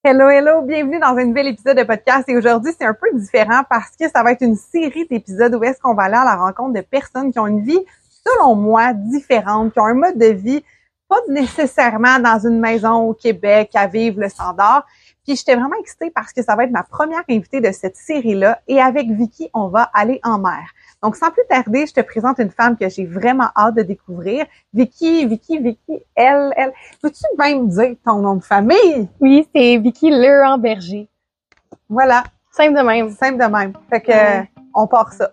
Hello, hello, bienvenue dans un nouvel épisode de podcast et aujourd'hui, c'est un peu différent parce que ça va être une série d'épisodes où est-ce qu'on va aller à la rencontre de personnes qui ont une vie, selon moi, différente, qui ont un mode de vie pas nécessairement dans une maison au Québec à vivre le standard. Puis j'étais vraiment excitée parce que ça va être ma première invitée de cette série-là et avec Vicky, on va aller en mer. Donc, sans plus tarder, je te présente une femme que j'ai vraiment hâte de découvrir. Vicky, elle. Peux-tu même dire ton nom de famille? Oui, c'est Vicky Lehamberger. Voilà. Simple de même. Simple de même. Fait que, on part ça.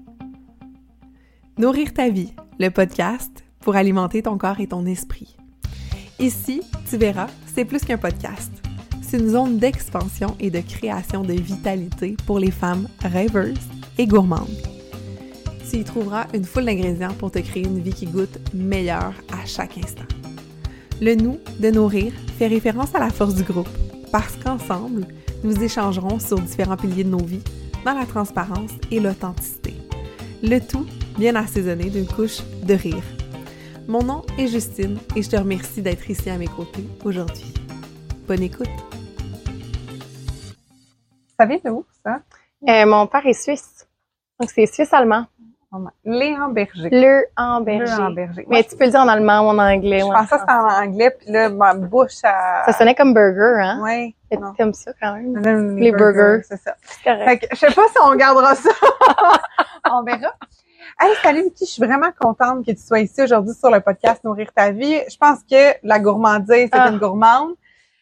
Nourrir ta vie, le podcast pour alimenter ton corps et ton esprit. Ici, tu verras, c'est plus qu'un podcast. C'est une zone d'expansion et de création de vitalité pour les femmes rêveuses et gourmandes. Tu y trouveras une foule d'ingrédients pour te créer une vie qui goûte meilleure à chaque instant. Le nous de nourrir fait référence à la force du groupe, parce qu'ensemble, nous échangerons sur différents piliers de nos vies, dans la transparence et l'authenticité. Le tout bien assaisonné d'une couche de rire. Mon nom est Justine et je te remercie d'être ici à mes côtés aujourd'hui. Bonne écoute! Ça vient de où, ça? Mon père est suisse. Donc, c'est suisse-allemand. Lehamberger. Lehamberger. Mais tu peux le dire en allemand ou en anglais. Je pensais que c'était en anglais, puis là, ma bouche, Ça sonnait comme burger, hein? Oui. T'aimes ça quand même? J'aime les burgers. C'est ça. C'est correct. Fait que, je sais pas si on gardera ça. On verra. Hey, salut Vicky, je suis vraiment contente que tu sois ici aujourd'hui sur le podcast Nourrir ta vie. Je pense que la gourmandise, c'est une gourmande.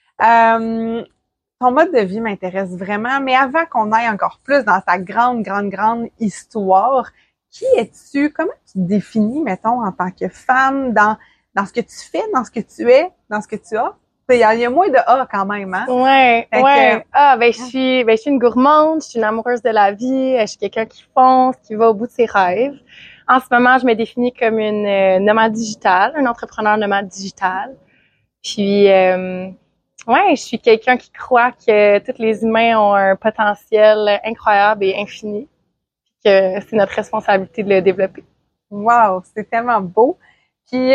Ton mode de vie m'intéresse vraiment, mais avant qu'on aille encore plus dans ta grande histoire, qui es-tu? Comment tu te définis, mettons, en tant que femme, dans ce que tu fais, dans ce que tu es, dans ce que tu as? Il y a moins de A quand même, hein? Ouais. Je suis une gourmande, je suis une amoureuse de la vie, je suis quelqu'un qui fonce, qui va au bout de ses rêves. En ce moment, je me définis comme une nomade digitale, un entrepreneur nomade digital. Puis, je suis quelqu'un qui croit que tous les humains ont un potentiel incroyable et infini. Que c'est notre responsabilité de le développer. Wow, c'est tellement beau. Puis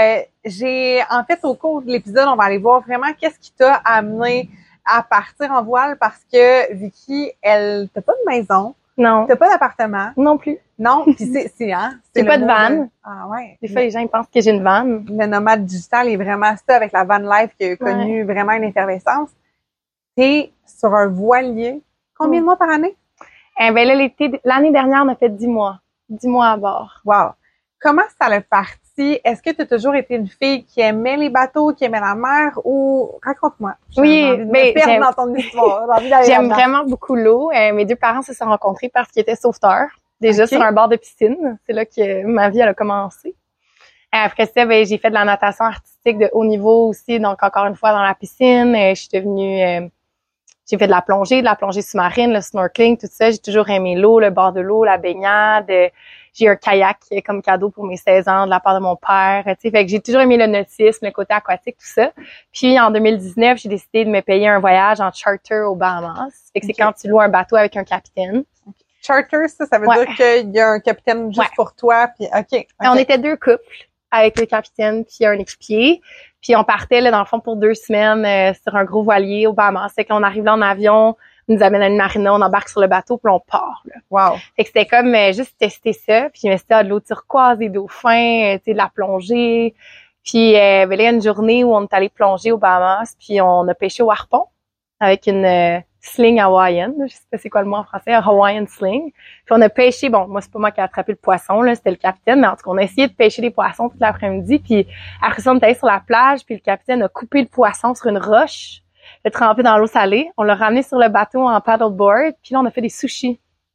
en fait, au cours de l'épisode, on va aller voir vraiment qu'est-ce qui t'a amené à partir en voile parce que Vicky, t'as pas de maison. Non. T'as pas d'appartement. Non plus. Non, puis c'est J'ai pas de van. Ah ouais. Des fois, les gens ils pensent que j'ai une van. Le nomade digital est vraiment ça avec la van life qui a connu vraiment une effervescence. T'es sur un voilier. Combien de mois par année? L'année dernière, on a fait 10 mois. 10 mois à bord. Wow. Comment ça l'a parti? Est-ce que tu as toujours été une fille qui aimait les bateaux, qui aimait la mer ou raconte-moi. J'aime dans ton histoire. J'aime vraiment beaucoup l'eau. Mes deux parents se sont rencontrés parce qu'ils étaient sauveteurs. Déjà sur un bord de piscine. C'est là que ma vie elle a commencé. Après ça, j'ai fait de la natation artistique de haut niveau aussi. Donc, encore une fois, dans la piscine. Je suis devenue... J'ai fait de la plongée sous-marine, le snorkeling, tout ça. J'ai toujours aimé l'eau, le bord de l'eau, la baignade. J'ai eu un kayak comme cadeau pour mes 16 ans de la part de mon père. Tu sais, fait que j'ai toujours aimé le nautisme, le côté aquatique, tout ça. Puis en 2019, j'ai décidé de me payer un voyage en charter aux Bahamas. Fait que c'est quand tu loues un bateau avec un capitaine. Charter, ça veut dire qu'il y a un capitaine juste pour toi. Puis On était 2 couples avec le capitaine puis un équipier. Puis on partait là dans le fond pour 2 semaines sur un gros voilier aux Bahamas. Fait qu'on arrive là en avion, on nous amène à une marina, on embarque sur le bateau puis on part. Là. Wow. Fait que c'était comme juste tester ça. Puis c'était de l'eau turquoise, des dauphins, tu sais, de la plongée. Puis là, il y a une journée où on est allé plonger aux Bahamas puis on a pêché au harpon avec une sling hawaïenne. Je sais pas c'est quoi le mot en français, un Hawaiian sling. Puis on a pêché, moi c'est pas moi qui ai attrapé le poisson, là, c'était le capitaine, mais en tout cas on a essayé de pêcher des poissons toute l'après-midi, puis après ça on est allé sur la plage, puis le capitaine a coupé le poisson sur une roche, l'a trempé dans l'eau salée, on l'a ramené sur le bateau en paddleboard, puis là on a fait des sushis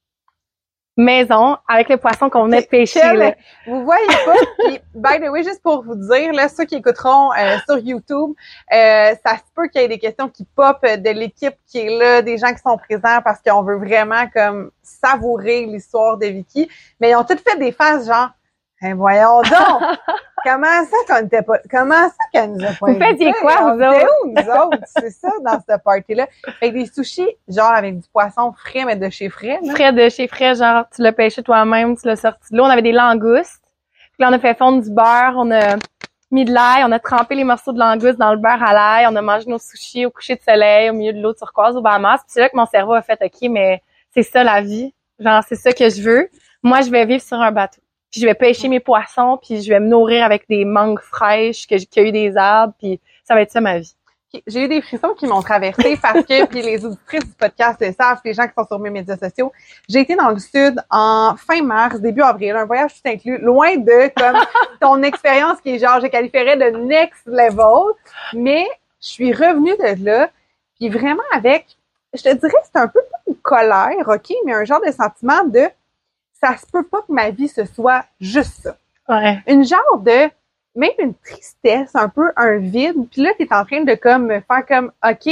maison avec le poisson qu'on venait de pêcher. Là. Vous voyez pas? Puis, by the way, juste pour vous dire, là, ceux qui écouteront sur YouTube, ça se peut qu'il y ait des questions qui pop de l'équipe qui est là, des gens qui sont présents parce qu'on veut vraiment comme savourer l'histoire de Vicky. Mais ils ont toutes fait des phases genre, voyons donc! Comment ça qu'elle nous a pas Vous faisiez quoi, vous autres? autres? Où, nous autres? C'est ça, dans cette party-là. Fait que des sushis, genre avec du poisson frais, mais de chez frais. Là. Frais de chez frais, genre tu l'as pêché toi-même, tu l'as sorti de l'eau. On avait des langoustes. Puis là, on a fait fondre du beurre. On a mis de l'ail, on a trempé les morceaux de langouste dans le beurre à l'ail, on a mangé nos sushis au coucher de soleil, au milieu de l'eau turquoise aux Bahamas. Puis c'est là que mon cerveau a fait, OK, mais c'est ça la vie. Genre, c'est ça que je veux. Moi, je vais vivre sur un bateau. Puis je vais pêcher mes poissons, puis je vais me nourrir avec des mangues fraîches que j'ai cueillies des arbres, puis ça va être ça ma vie. J'ai eu des frissons qui m'ont traversé parce que, puis les auditrices du podcast le savent, les gens qui sont sur mes médias sociaux, j'ai été dans le sud en fin mars, début avril, un voyage tout inclus, loin de comme ton expérience qui est genre, je qualifierais de next level, mais je suis revenue de là, puis vraiment avec, je te dirais, c'est un peu une colère, OK, mais un genre de sentiment de, ça se peut pas que ma vie ce soit juste ça. Ouais. Une genre de, même une tristesse, un peu un vide. Puis là, t'es en train de comme me faire comme, OK,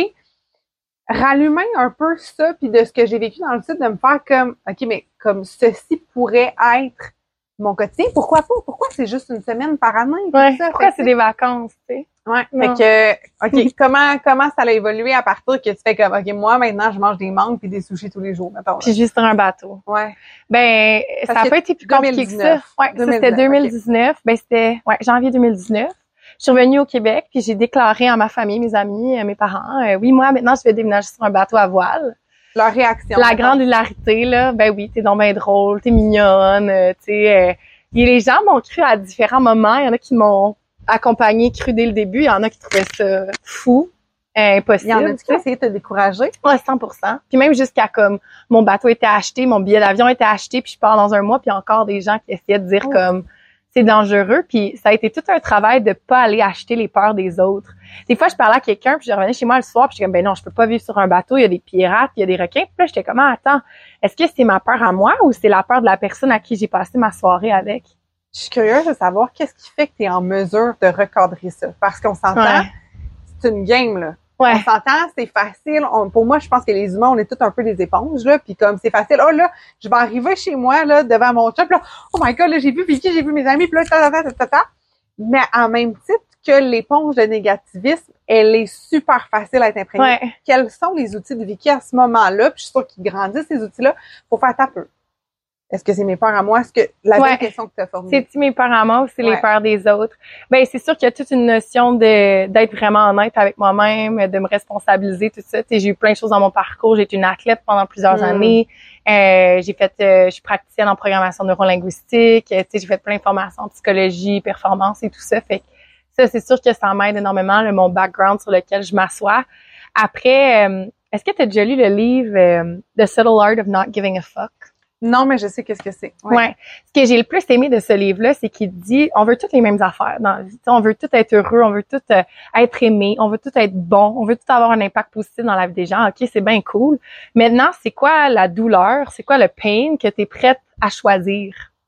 rallumer un peu ça, puis de ce que j'ai vécu dans le sud, de me faire comme, OK, mais comme ceci pourrait être mon quotidien. Pourquoi pas? Pourquoi c'est juste une semaine par année? Ouais. Ça? Pourquoi c'est des vacances, tu sais? Ouais. Non. Fait que, OK, comment ça a évolué à partir que tu fais comme, OK, moi, maintenant, je mange des mangues puis des sushis tous les jours, mettons. Puis juste sur un bateau. Ouais. Ben, Parce ça a que pas été plus compliqué que ça. 2019. Ouais, ça c'était 2019. Okay. Ben, c'était, janvier 2019. Je suis revenue au Québec puis j'ai déclaré à ma famille, mes amis, mes parents, oui, moi, maintenant, je vais déménager sur un bateau à voile. Leur réaction. La grande hilarité, là, ben oui, t'es donc ben drôle, t'es mignonne, tu sais. Et les gens m'ont cru à différents moments. Il y en a qui m'ont accompagné, cru dès le début. Il y en a qui trouvaient ça fou, impossible. Il y en a qui ont essayé de te décourager? Ouais, 100%. Puis même jusqu'à comme, mon bateau était acheté, mon billet d'avion était acheté, puis je pars dans un mois, puis il y a encore des gens qui essayaient de dire comme, c'est dangereux. Puis ça a été tout un travail de pas aller acheter les peurs des autres. Des fois, je parlais à quelqu'un, puis je revenais chez moi le soir, puis j'étais comme, ben non, je peux pas vivre sur un bateau, il y a des pirates, il y a des requins. Puis là, j'étais comme, attends, est-ce que c'est ma peur à moi ou c'est la peur de la personne à qui j'ai passé ma soirée avec? Je suis curieuse de savoir qu'est-ce qui fait que tu es en mesure de recadrer ça. Parce qu'on s'entend, c'est une game, là. Ouais. On s'entend, c'est facile. Pour moi, je pense que les humains, on est tous un peu des éponges, là. Puis comme c'est facile, oh là, je vais arriver chez moi, là, devant mon chat, là, oh my God, là, j'ai vu Vicky, j'ai vu mes amis, puis là, ta. Mais en même titre que l'éponge de négativisme, elle est super facile à être imprégnée. Ouais. Quels sont les outils de Vicky à ce moment-là? Puis je suis sûre qu'ils grandissent, ces outils-là, pour faire ta peu. Est-ce que c'est mes peurs à moi? Est-ce que la vraie question que tu as formulée? C'est-tu mes peurs à moi ou c'est les peurs des autres? Ben, c'est sûr qu'il y a toute une notion d'être vraiment honnête avec moi-même, de me responsabiliser, tout ça. Tu sais, j'ai eu plein de choses dans mon parcours. J'ai été une athlète pendant plusieurs années. Je suis praticienne en programmation neurolinguistique. Tu sais, j'ai fait plein de formations en psychologie, performance et tout ça. Fait que ça, c'est sûr que ça m'aide énormément, mon background sur lequel je m'assois. Après, est-ce que tu as déjà lu le livre The Subtle Art of Not Giving a Fuck? Non, mais je sais qu'est-ce que c'est. Ouais. Ce que j'ai le plus aimé de ce livre-là, c'est qu'il dit, on veut toutes les mêmes affaires dans la vie. T'sais, on veut tout être heureux, on veut tout être aimé, on veut tout être bon, on veut tout avoir un impact positif dans la vie des gens. OK, c'est bien cool. Maintenant, c'est quoi la douleur? C'est quoi le pain que tu es prête à choisir?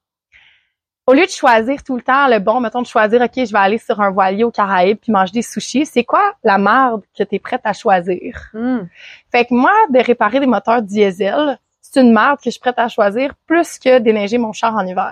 Au lieu de choisir tout le temps le bon, mettons de choisir, OK, je vais aller sur un voilier aux Caraïbes puis manger des sushis, c'est quoi la merde que tu es prête à choisir? Fait que moi, de réparer des moteurs diesel, c'est une merde que je suis prête à choisir plus que déneiger mon char en hiver.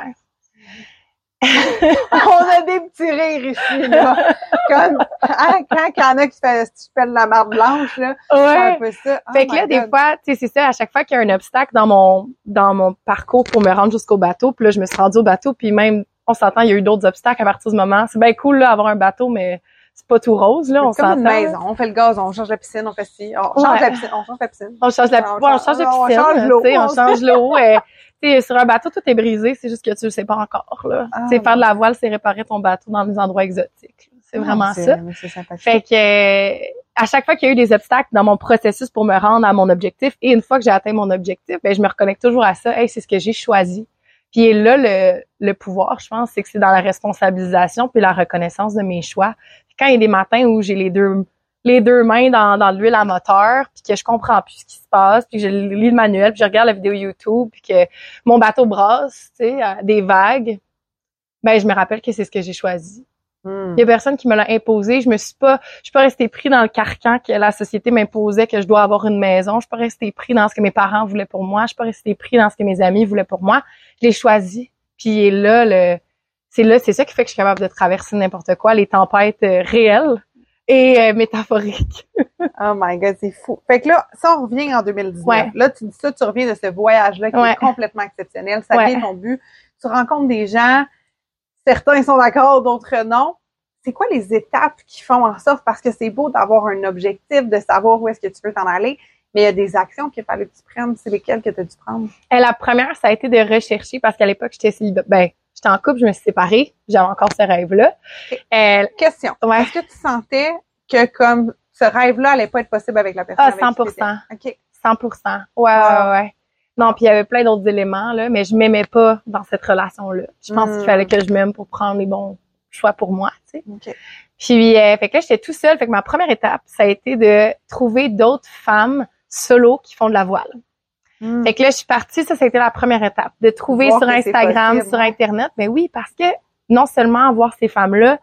On a des petits rires ici, là. Comme, quand il y en a qui fait la marde blanche, là. Ouais. C'est un peu ça. Oh fait que là, des fois, tu sais, c'est ça, à chaque fois qu'il y a un obstacle dans mon parcours pour me rendre jusqu'au bateau, puis là, je me suis rendue au bateau, puis même, on s'entend, il y a eu d'autres obstacles à partir de ce moment. C'est bien cool, là, avoir un bateau, mais c'est pas tout rose, là, on s'entend. C'est comme une maison. On fait le gazon, on change la piscine, on fait ci. On change la piscine, on change la piscine. On change la piscine, on change l'eau. On change l'eau. Tu sais, sur un bateau, tout est brisé, c'est juste que tu le sais pas encore, là. Tu sais, faire de la voile, c'est réparer ton bateau dans des endroits exotiques. C'est vraiment ça. C'est sympathique. Fait que, à chaque fois qu'il y a eu des obstacles dans mon processus pour me rendre à mon objectif, et une fois que j'ai atteint mon objectif, ben, je me reconnecte toujours à ça. Hey, c'est ce que j'ai choisi. Puis là, le pouvoir, je pense, c'est que c'est dans la responsabilisation puis la reconnaissance de mes choix. Puis quand il y a des matins où j'ai les deux mains dans l'huile à moteur, puis que je comprends plus ce qui se passe, puis que je lis le manuel, puis je regarde la vidéo YouTube, puis que mon bateau brasse, tu sais, des vagues, ben je me rappelle que c'est ce que j'ai choisi. Il y a personne qui me l'a imposé. Je suis pas restée pris dans le carcan que la société m'imposait que je dois avoir une maison. Je suis pas restée pris dans ce que mes parents voulaient pour moi. Je suis pas restée pris dans ce que mes amis voulaient pour moi. Je l'ai choisi. Puis c'est ça qui fait que je suis capable de traverser n'importe quoi, les tempêtes réelles et métaphoriques. Oh my God, c'est fou. Fait que là, ça, on revient en 2019. Là, tu dis ça, tu reviens de ce voyage-là qui est complètement exceptionnel. Ça devient ton but. Tu rencontres des gens. Certains sont d'accord, d'autres non. c'est quoi les étapes qui font en sorte, parce que c'est beau d'avoir un objectif, de savoir où est-ce que tu veux t'en aller, mais il y a des actions qu'il fallait que tu prennes. C'est lesquelles que tu as dû prendre? La première, ça a été de rechercher parce qu'à l'époque, j'étais j'étais en couple, je me suis séparée. J'avais encore ce rêve-là. Question. Ouais. Est-ce que tu sentais que comme ce rêve-là allait pas être possible avec la personne? 100%. OK. 100%. Ouais. Non, puis il y avait plein d'autres éléments, là, mais je m'aimais pas dans cette relation-là. Je pense qu'il fallait que je m'aime pour prendre les bons choix pour moi, tu sais. OK. Puis, fait que là, j'étais tout seule. Fait que ma première étape, ça a été de trouver d'autres femmes solo qui font de la voile. Fait que là, je suis partie, ça a été la première étape, de trouver sur Instagram, sur Internet. Mais oui, parce que non seulement voir ces femmes-là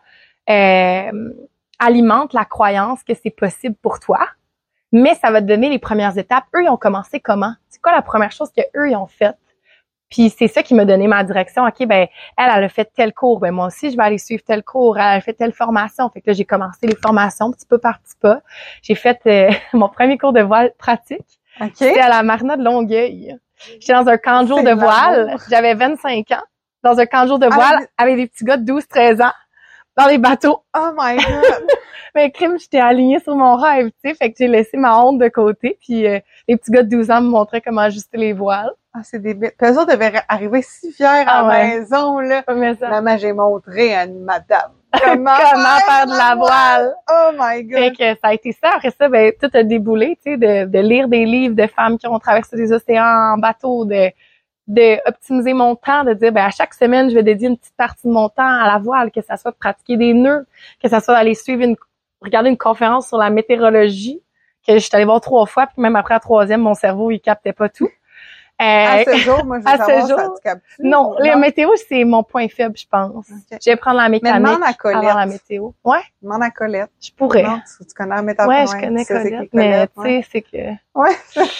alimente la croyance que c'est possible pour toi, mais ça va te donner les premières étapes. Eux, ils ont commencé comment? C'est quoi la première chose que eux ils ont faite? Puis c'est ça qui m'a donné ma direction. OK, ben elle a fait tel cours, ben moi aussi je vais aller suivre tel cours. Elle a fait telle formation. Fait que là, j'ai commencé les formations petit peu par petit pas. J'ai fait mon premier cours de voile pratique. OK. C'était à la marina de Longueuil. J'étais dans un camp de jour de voile. J'avais 25 ans. Dans un camp de jour de voile avec des petits gars de 12-13 ans dans les bateaux. Oh my God! Mais crime, j'étais alignée sur mon rêve, tu sais. Fait que j'ai laissé ma honte de côté. Puis les petits gars de 12 ans me montraient comment ajuster les voiles. Ah, c'est débile. Puis eux autres devaient arriver si fiers à la maison, là. Maman, j'ai montré à une madame comment faire de la voile. Oh my God! Fait que ça a été ça. Après ça, ben tout a déboulé, tu sais, de lire des livres de femmes qui ont traversé des océans en bateau, de optimiser mon temps, de dire, ben à chaque semaine, je vais dédier une petite partie de mon temps à la voile, que ça soit de pratiquer des nœuds, que ça soit d'aller suivre regarder une conférence sur la météorologie, que je suis allée voir 3 fois, puis même après la 3e, mon cerveau, il captait pas tout. À ce jour, moi, je veux savoir ça, tu captes. Non, la météo, c'est mon point faible, je pense. Okay. Je vais prendre la mécanique avant la météo. Ouais. Demande à Colette. Je pourrais. Non, tu connais la météo. Ouais, je connais Colette, mais tu sais, c'est que... Ouais.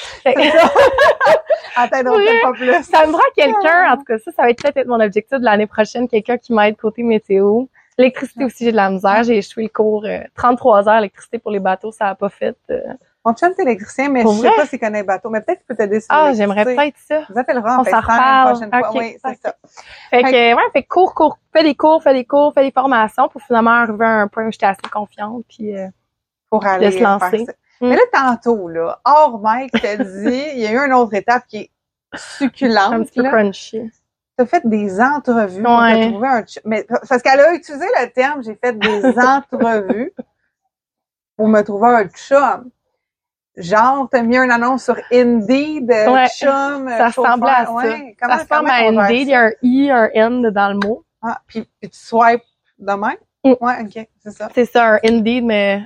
Attends, donc, pas plus. Ça me prend quelqu'un, en tout cas, ça va être peut-être mon objectif de l'année prochaine, quelqu'un qui m'aide côté météo. L'électricité aussi, j'ai de la misère. J'ai échoué le cours 33 heures l'électricité pour les bateaux, ça a pas fait... Mon chum, c'est électricien, mais je sais pas s'il connaît les bateaux. Mais peut-être qu'il peut t'aider sur l'électricité. J'aimerais peut-être ça. Vous appellerez en on s'en reparle la prochaine fois. Okay, Oui, c'est ça. Fait que cours, fais des cours, fais des formations pour finalement arriver à un point où j'étais assez confiante puis pour aller de se lancer. Mais là, tantôt, là, hors mic, t'as dit, il y a eu une autre étape qui est succulente. Un petit peu crunchy. T'as fait des entrevues pour te trouver un chum. Mais, parce qu'elle a utilisé le terme, j'ai fait des entrevues pour me trouver un chum. Genre, t'as mis une annonce sur Indeed, chum, ça ressemble à ça. Ouais. Ça ressemble à Indeed, il y a un I, un N dans le mot. Ah, puis tu swipes de même? Ouais, OK, c'est ça. C'est ça, un Indeed, mais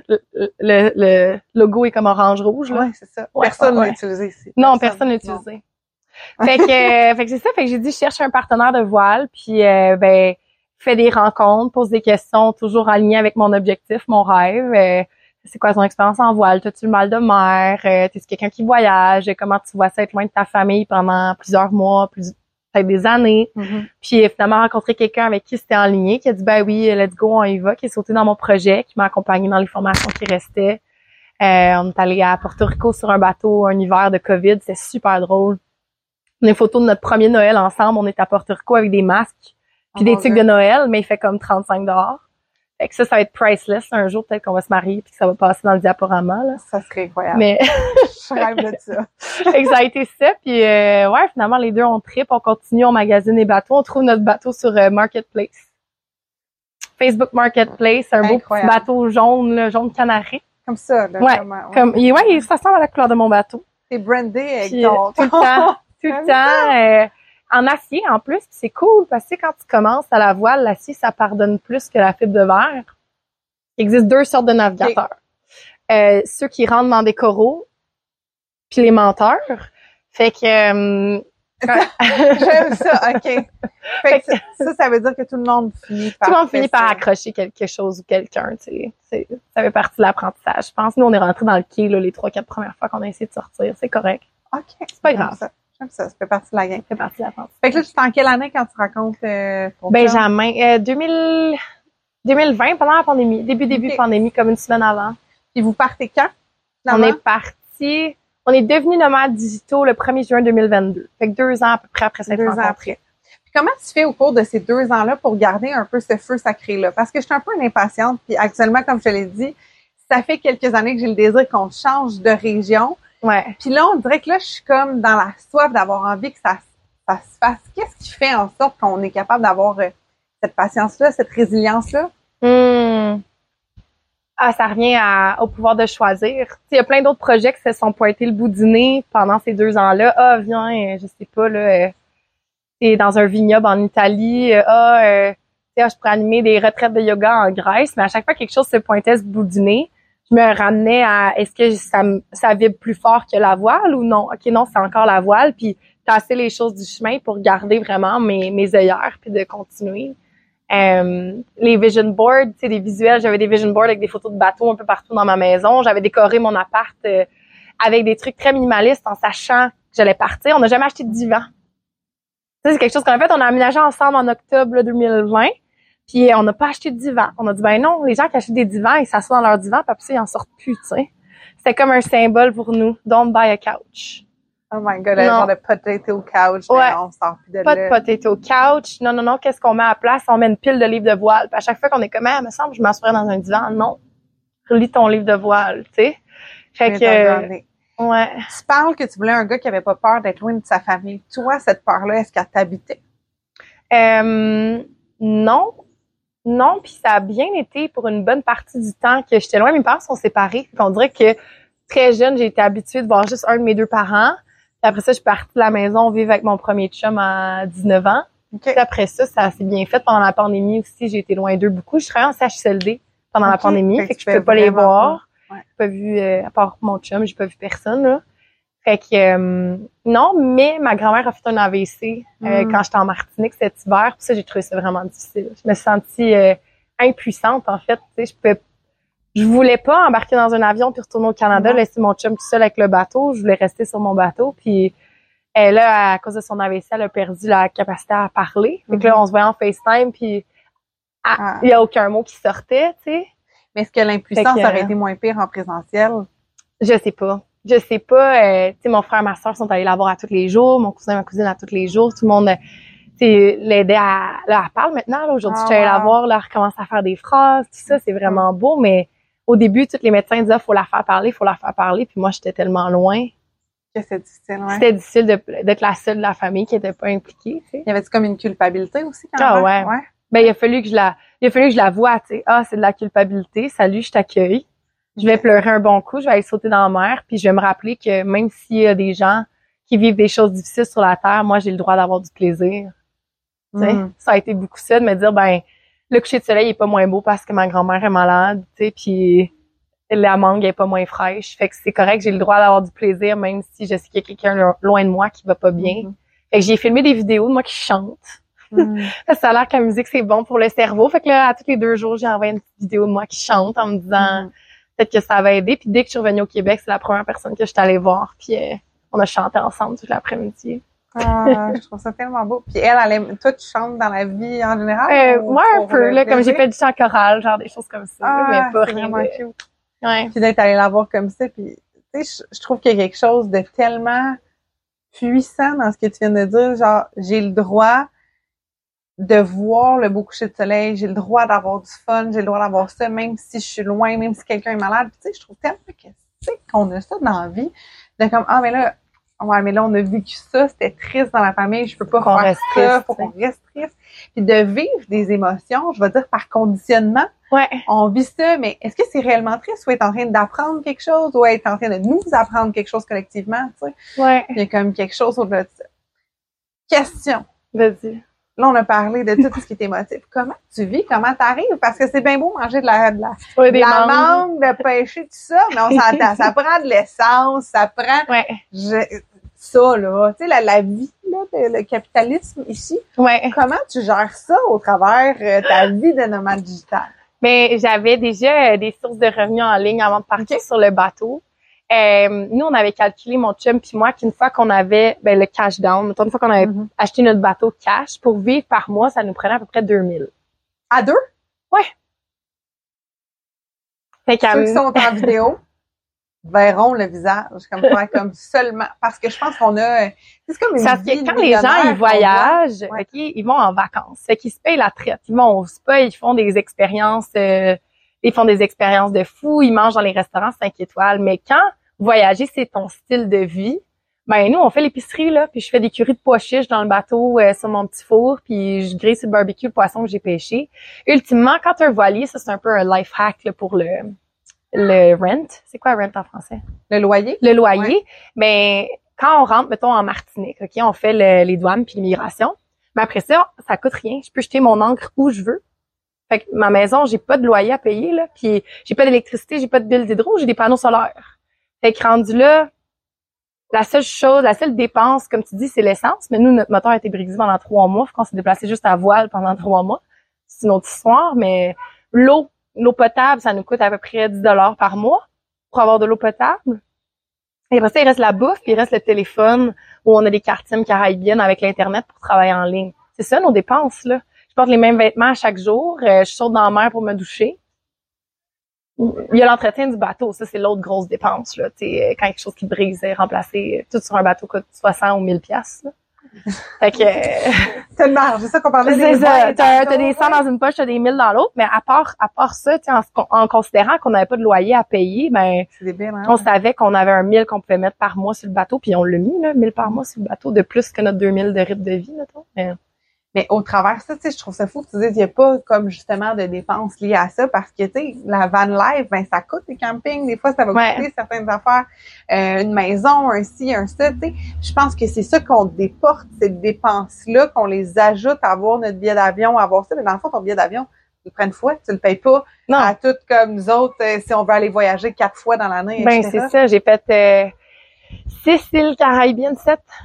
le logo est comme orange-rouge, là. Ouais, c'est ça. Personne l'a utilisé ici. Non, personne l'a utilisé. Fait que c'est ça, fait que j'ai dit, je cherche un partenaire de voile, puis fais des rencontres, pose des questions, toujours alignées avec mon objectif, mon rêve. C'est quoi ton expérience en voile? T'as-tu le mal de mer? T'es-tu quelqu'un qui voyage? Comment tu vois ça être loin de ta famille pendant plusieurs mois, peut-être des années? Puis finalement, rencontrer quelqu'un avec qui c'était en ligne, qui a dit, ben oui, let's go, on y va, qui est sauté dans mon projet, qui m'a accompagné dans les formations qui restaient. On est allé à Porto Rico sur un bateau un hiver de COVID, c'était super drôle. On a une photo de notre premier Noël ensemble, on est à Porto Rico avec des masques puis des tuques de Noël, mais il fait comme 35 $. Fait que ça va être priceless. Un jour, peut-être qu'on va se marier puis que ça va passer dans le diaporama, là. Ça serait incroyable. Mais je rêve de ça. Fait que ça a été ça. Puis finalement, les deux, on tripe, on continue, on magasine les bateaux. On trouve notre bateau sur Marketplace. Facebook Marketplace, un beau petit bateau jaune, là, jaune canari. Comme ça, là. Ça ressemble à la couleur de mon bateau. C'est brandé avec puis, tout le temps. Tout le temps. En acier, en plus, c'est cool parce que quand tu commences à la voile, l'acier, ça pardonne plus que la fibre de verre. Il existe 2 sortes de navigateurs. Ceux qui rentrent dans des coraux, puis les menteurs. Fait que... J'aime ça, OK. Fait que ça veut dire que tout le monde finit par accrocher quelque chose ou quelqu'un, tu sais. Ça fait partie de l'apprentissage. Je pense, nous, on est rentrés dans le quai, là, les 3-4 premières fois qu'on a essayé de sortir. C'est correct. OK. C'est pas grave. J'aime ça fait partie de la game. Ça fait partie de l'apprentissage. Fait que là, tu es en quelle année quand tu racontes ton Benjamin, 2020, pendant la pandémie. Début pandémie, comme une semaine avant. Puis vous partez quand? On est devenus nomades digitaux le 1er juin 2022. Fait que 2 ans à peu près après cette rencontre. Puis Comment tu fais au cours de ces 2 ans-là pour garder un peu ce feu sacré-là? Parce que je suis un peu une impatiente, puis actuellement, comme je te l'ai dit, ça fait quelques années que j'ai le désir qu'on change de région. Ouais. Puis là, on dirait que là, je suis comme dans la soif d'avoir envie que ça se fasse. Qu'est-ce qui fait en sorte qu'on est capable d'avoir cette patience-là, cette résilience-là? Ah, ça revient au pouvoir de choisir. Il y a plein d'autres projets qui se sont pointés le bout du nez pendant ces 2 ans-là. Ah, viens, je sais pas, là, t'es dans un vignoble en Italie. Je pourrais animer des retraites de yoga en Grèce, mais à chaque fois que quelque chose se pointait ce bout du nez, je me ramenais à est-ce que ça vibre plus fort que la voile ou non? OK, non, c'est encore la voile, puis tasser les choses du chemin pour garder vraiment mes œillères puis de continuer. Les vision boards, tu sais, des visuels, j'avais des vision boards avec des photos de bateaux un peu partout dans ma maison. J'avais décoré mon appart avec des trucs très minimalistes en sachant que j'allais partir. On n'a jamais acheté de divan. Ça, c'est quelque chose qu'on a fait. On a aménagé ensemble en octobre 2020. Puis on n'a pas acheté de divan. On a dit, ben non, les gens qui achètent des divans, ils s'assoient dans leur divan, puis après ça, ils en sortent plus, tu sais. C'était comme un symbole pour nous. Don't buy a couch. Oh my God, un genre de potato couch. Ouais. On sort plus de Pas là. de potato couch. Non. Qu'est-ce qu'on met à la place? On met une pile de livres de voile. Puis à chaque fois qu'on est comme, me semble, je m'assoirais dans un divan. Non. Relis ton livre de voile, tu sais. Fait que, ouais. Tu parles que tu voulais un gars qui avait pas peur d'être loin de sa famille. Toi, cette peur-là, est-ce qu'elle t'habitait? Non. Non, puis ça a bien été pour une bonne partie du temps que j'étais loin. Mes parents sont séparés. On dirait que très jeune, j'ai été habituée de voir juste un de mes 2 parents. Puis après ça, je suis partie de la maison vivre avec mon premier chum à 19 ans. Okay. Puis après ça s'est bien fait. Pendant la pandémie aussi, j'ai été loin d'eux beaucoup. Je travaillais en CHSLD pendant la pandémie, fait que je pouvais pas les voir. Ouais. J'ai pas vu, à part mon chum, j'ai pas vu personne, là. Fait que, non, mais ma grand-mère a fait un AVC quand j'étais en Martinique cet hiver. Puis ça, j'ai trouvé ça vraiment difficile. Je me suis sentie impuissante, en fait. Tu sais, je voulais pas embarquer dans un avion puis retourner au Canada, laisser mon chum tout seul avec le bateau. Je voulais rester sur mon bateau. Puis là, à cause de son AVC, elle a perdu la capacité à parler. Fait que là, on se voyait en FaceTime, puis il y a aucun mot qui sortait, tu sais. Mais est-ce que l'impuissance aurait été moins pire en présentiel? Je sais pas. Tu sais, mon frère et ma soeur sont allés la voir à tous les jours, mon cousin et ma cousine à tous les jours. Tout le monde, tu sais, l'aidait à... Là, elle parle maintenant, là. Aujourd'hui, je suis allée la voir, là, elle recommence à faire des phrases, tout ça, c'est vraiment beau, mais au début, tous les médecins disaient, faut la faire parler. Puis moi, j'étais tellement loin. Que c'est difficile, ouais. C'était difficile d'être la seule de la famille qui était pas impliquée, tu sais. Y avait-tu comme une culpabilité aussi, quand même? Ouais. Ben, il a fallu que je la voie, tu sais. Ah, c'est de la culpabilité. Salut, je t'accueille. Je vais pleurer un bon coup, je vais aller sauter dans la mer, puis je vais me rappeler que même s'il y a des gens qui vivent des choses difficiles sur la terre, moi, j'ai le droit d'avoir du plaisir. Tu sais, ça a été beaucoup ça, de me dire, ben, le coucher de soleil est pas moins beau parce que ma grand-mère est malade, tu sais, puis la mangue est pas moins fraîche. Fait que c'est correct, j'ai le droit d'avoir du plaisir, même si je sais qu'il y a quelqu'un loin de moi qui va pas bien. Fait que j'ai filmé des vidéos de moi qui chante. Ça a l'air que la musique, c'est bon pour le cerveau. Fait que là, à tous les 2 jours, j'ai envoyé une petite vidéo de moi qui chante en me disant peut-être que ça va aider. Puis dès que je suis revenue au Québec, c'est la première personne que je suis allée voir. Puis on a chanté ensemble toute l'après-midi. Ah, je trouve ça tellement beau. Puis elle, toi, tu chantes dans la vie en général? Ouais, un peu, là, comme j'ai fait du chant choral, genre des choses comme ça, mais pas rien de... Cute. Ouais. Puis d'être allée la voir comme ça, puis tu sais, je trouve qu'il y a quelque chose de tellement puissant dans ce que tu viens de dire, genre, j'ai le droit de voir le beau coucher de soleil, j'ai le droit d'avoir du fun, j'ai le droit d'avoir ça, même si je suis loin, même si quelqu'un est malade. Puis tu sais, je trouve tellement que c'est qu'on a ça dans la vie, de comme, mais là, on a vécu ça, c'était triste dans la famille, je peux pas faire ça, faut qu'on reste triste. Puis de vivre des émotions, je vais dire par conditionnement, on vit ça, mais est-ce que c'est réellement triste ou être en train d'apprendre quelque chose ou être en train de nous apprendre quelque chose collectivement, tu sais? Il y a comme quelque chose au-delà de ça. Question. Vas-y. Là, on a parlé de tout ce qui est émotif. Comment tu vis? Comment t'arrives? Parce que c'est bien beau manger de la mangue, de pêcher, tout ça, mais on s'entend. Ça prend de l'essence, ça prend ça, là. Tu sais, la vie, là, le capitalisme ici. Comment tu gères ça au travers ta vie de nomade digital? Mais j'avais déjà des sources de revenus en ligne avant de partir sur le bateau. Nous, on avait calculé, mon chum puis moi, qu'une fois qu'on avait le cash down, une fois qu'on avait acheté notre bateau cash, pour vivre par mois, ça nous prenait à peu près 2000. À 2? Ouais. Fait ceux qui sont en vidéo, verront le visage, comme faire comme seulement, parce que je pense qu'on a, c'est comme une Parce vie que quand les gens, ils voyagent, ouais. OK, ils vont en vacances. Fait qu'ils se payent la traite. Ils vont au spa, ils font des expériences, de fou, ils mangent dans les restaurants 5 étoiles. Mais quand voyager, c'est ton style de vie, ben nous, on fait l'épicerie, là, puis je fais des currys de pois chiches dans le bateau sur mon petit four, puis je grille sur le barbecue le poisson que j'ai pêché. Ultimement, quand tu as un voilier, ça, c'est un peu un life hack là, pour le rent. C'est quoi rent en français? Le loyer? Le loyer. Ouais. Ben, quand on rentre, mettons, en Martinique, OK, on fait les douanes puis l'immigration. Mais après ça coûte rien. Je peux jeter mon encre où je veux. Fait que ma maison, j'ai pas de loyer à payer, là. Puis j'ai pas d'électricité, j'ai pas de bill d'hydro, j'ai des panneaux solaires. Fait que rendu là, la seule dépense, comme tu dis, c'est l'essence. Mais nous, notre moteur a été brisé pendant 3 mois. Fait qu'on s'est déplacé juste à voile pendant 3 mois. C'est une autre histoire, mais l'eau potable, ça nous coûte à peu près 10 $ par mois pour avoir de l'eau potable. Et après ça, il reste la bouffe, puis il reste le téléphone où on a des cartes SIM caribéennes avec l'Internet pour travailler en ligne. C'est ça, nos dépenses, là. Je porte les mêmes vêtements à chaque jour. Je saute dans la mer pour me doucher. Il y a l'entretien du bateau. Ça, c'est l'autre grosse dépense, là. Tu sais, quand quelque chose qui brise, remplacer tout sur un bateau coûte 60 ou 1000 $. Là. Fait que... Tellement, c'est ça qu'on parlait C'est des ça. vins, T'as des 100 dans une poche, t'as des 1000 dans l'autre. Mais à part ça, en considérant qu'on n'avait pas de loyer à payer, ben, c'est débile, hein? on savait qu'on avait un 1000 qu'on pouvait mettre par mois sur le bateau, puis on l'a mis, là, 1000 par mois sur le bateau, de plus que notre 2000 de rythme de vie, mettons. Mais au travers de ça, tu sais, je trouve ça fou que tu dises, il n'y a pas comme justement de dépenses liées à ça parce que, tu sais, la van life, ben, ça coûte les campings. Des fois, ça va coûter certaines affaires, une maison, un ci, un ça, tu sais. Je pense que c'est ça qu'on déporte, ces dépenses-là, qu'on les ajoute à avoir notre billet d'avion, à avoir ça. Mais dans le fond, ton billet d'avion, tu le prends une fois, tu le payes pas à toutes comme nous autres, si on veut aller voyager 4 fois dans l'année, Ben, etc. c'est ça. J'ai fait 7 îles caribéennes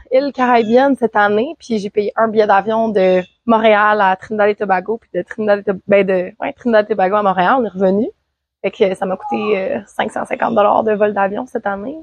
cette année, puis j'ai payé un billet d'avion de Montréal à Trinidad et Tobago, puis de Trinidad et Tobago à Montréal, on est revenu. Fait que ça m'a coûté 550 $ de vol d'avion cette année.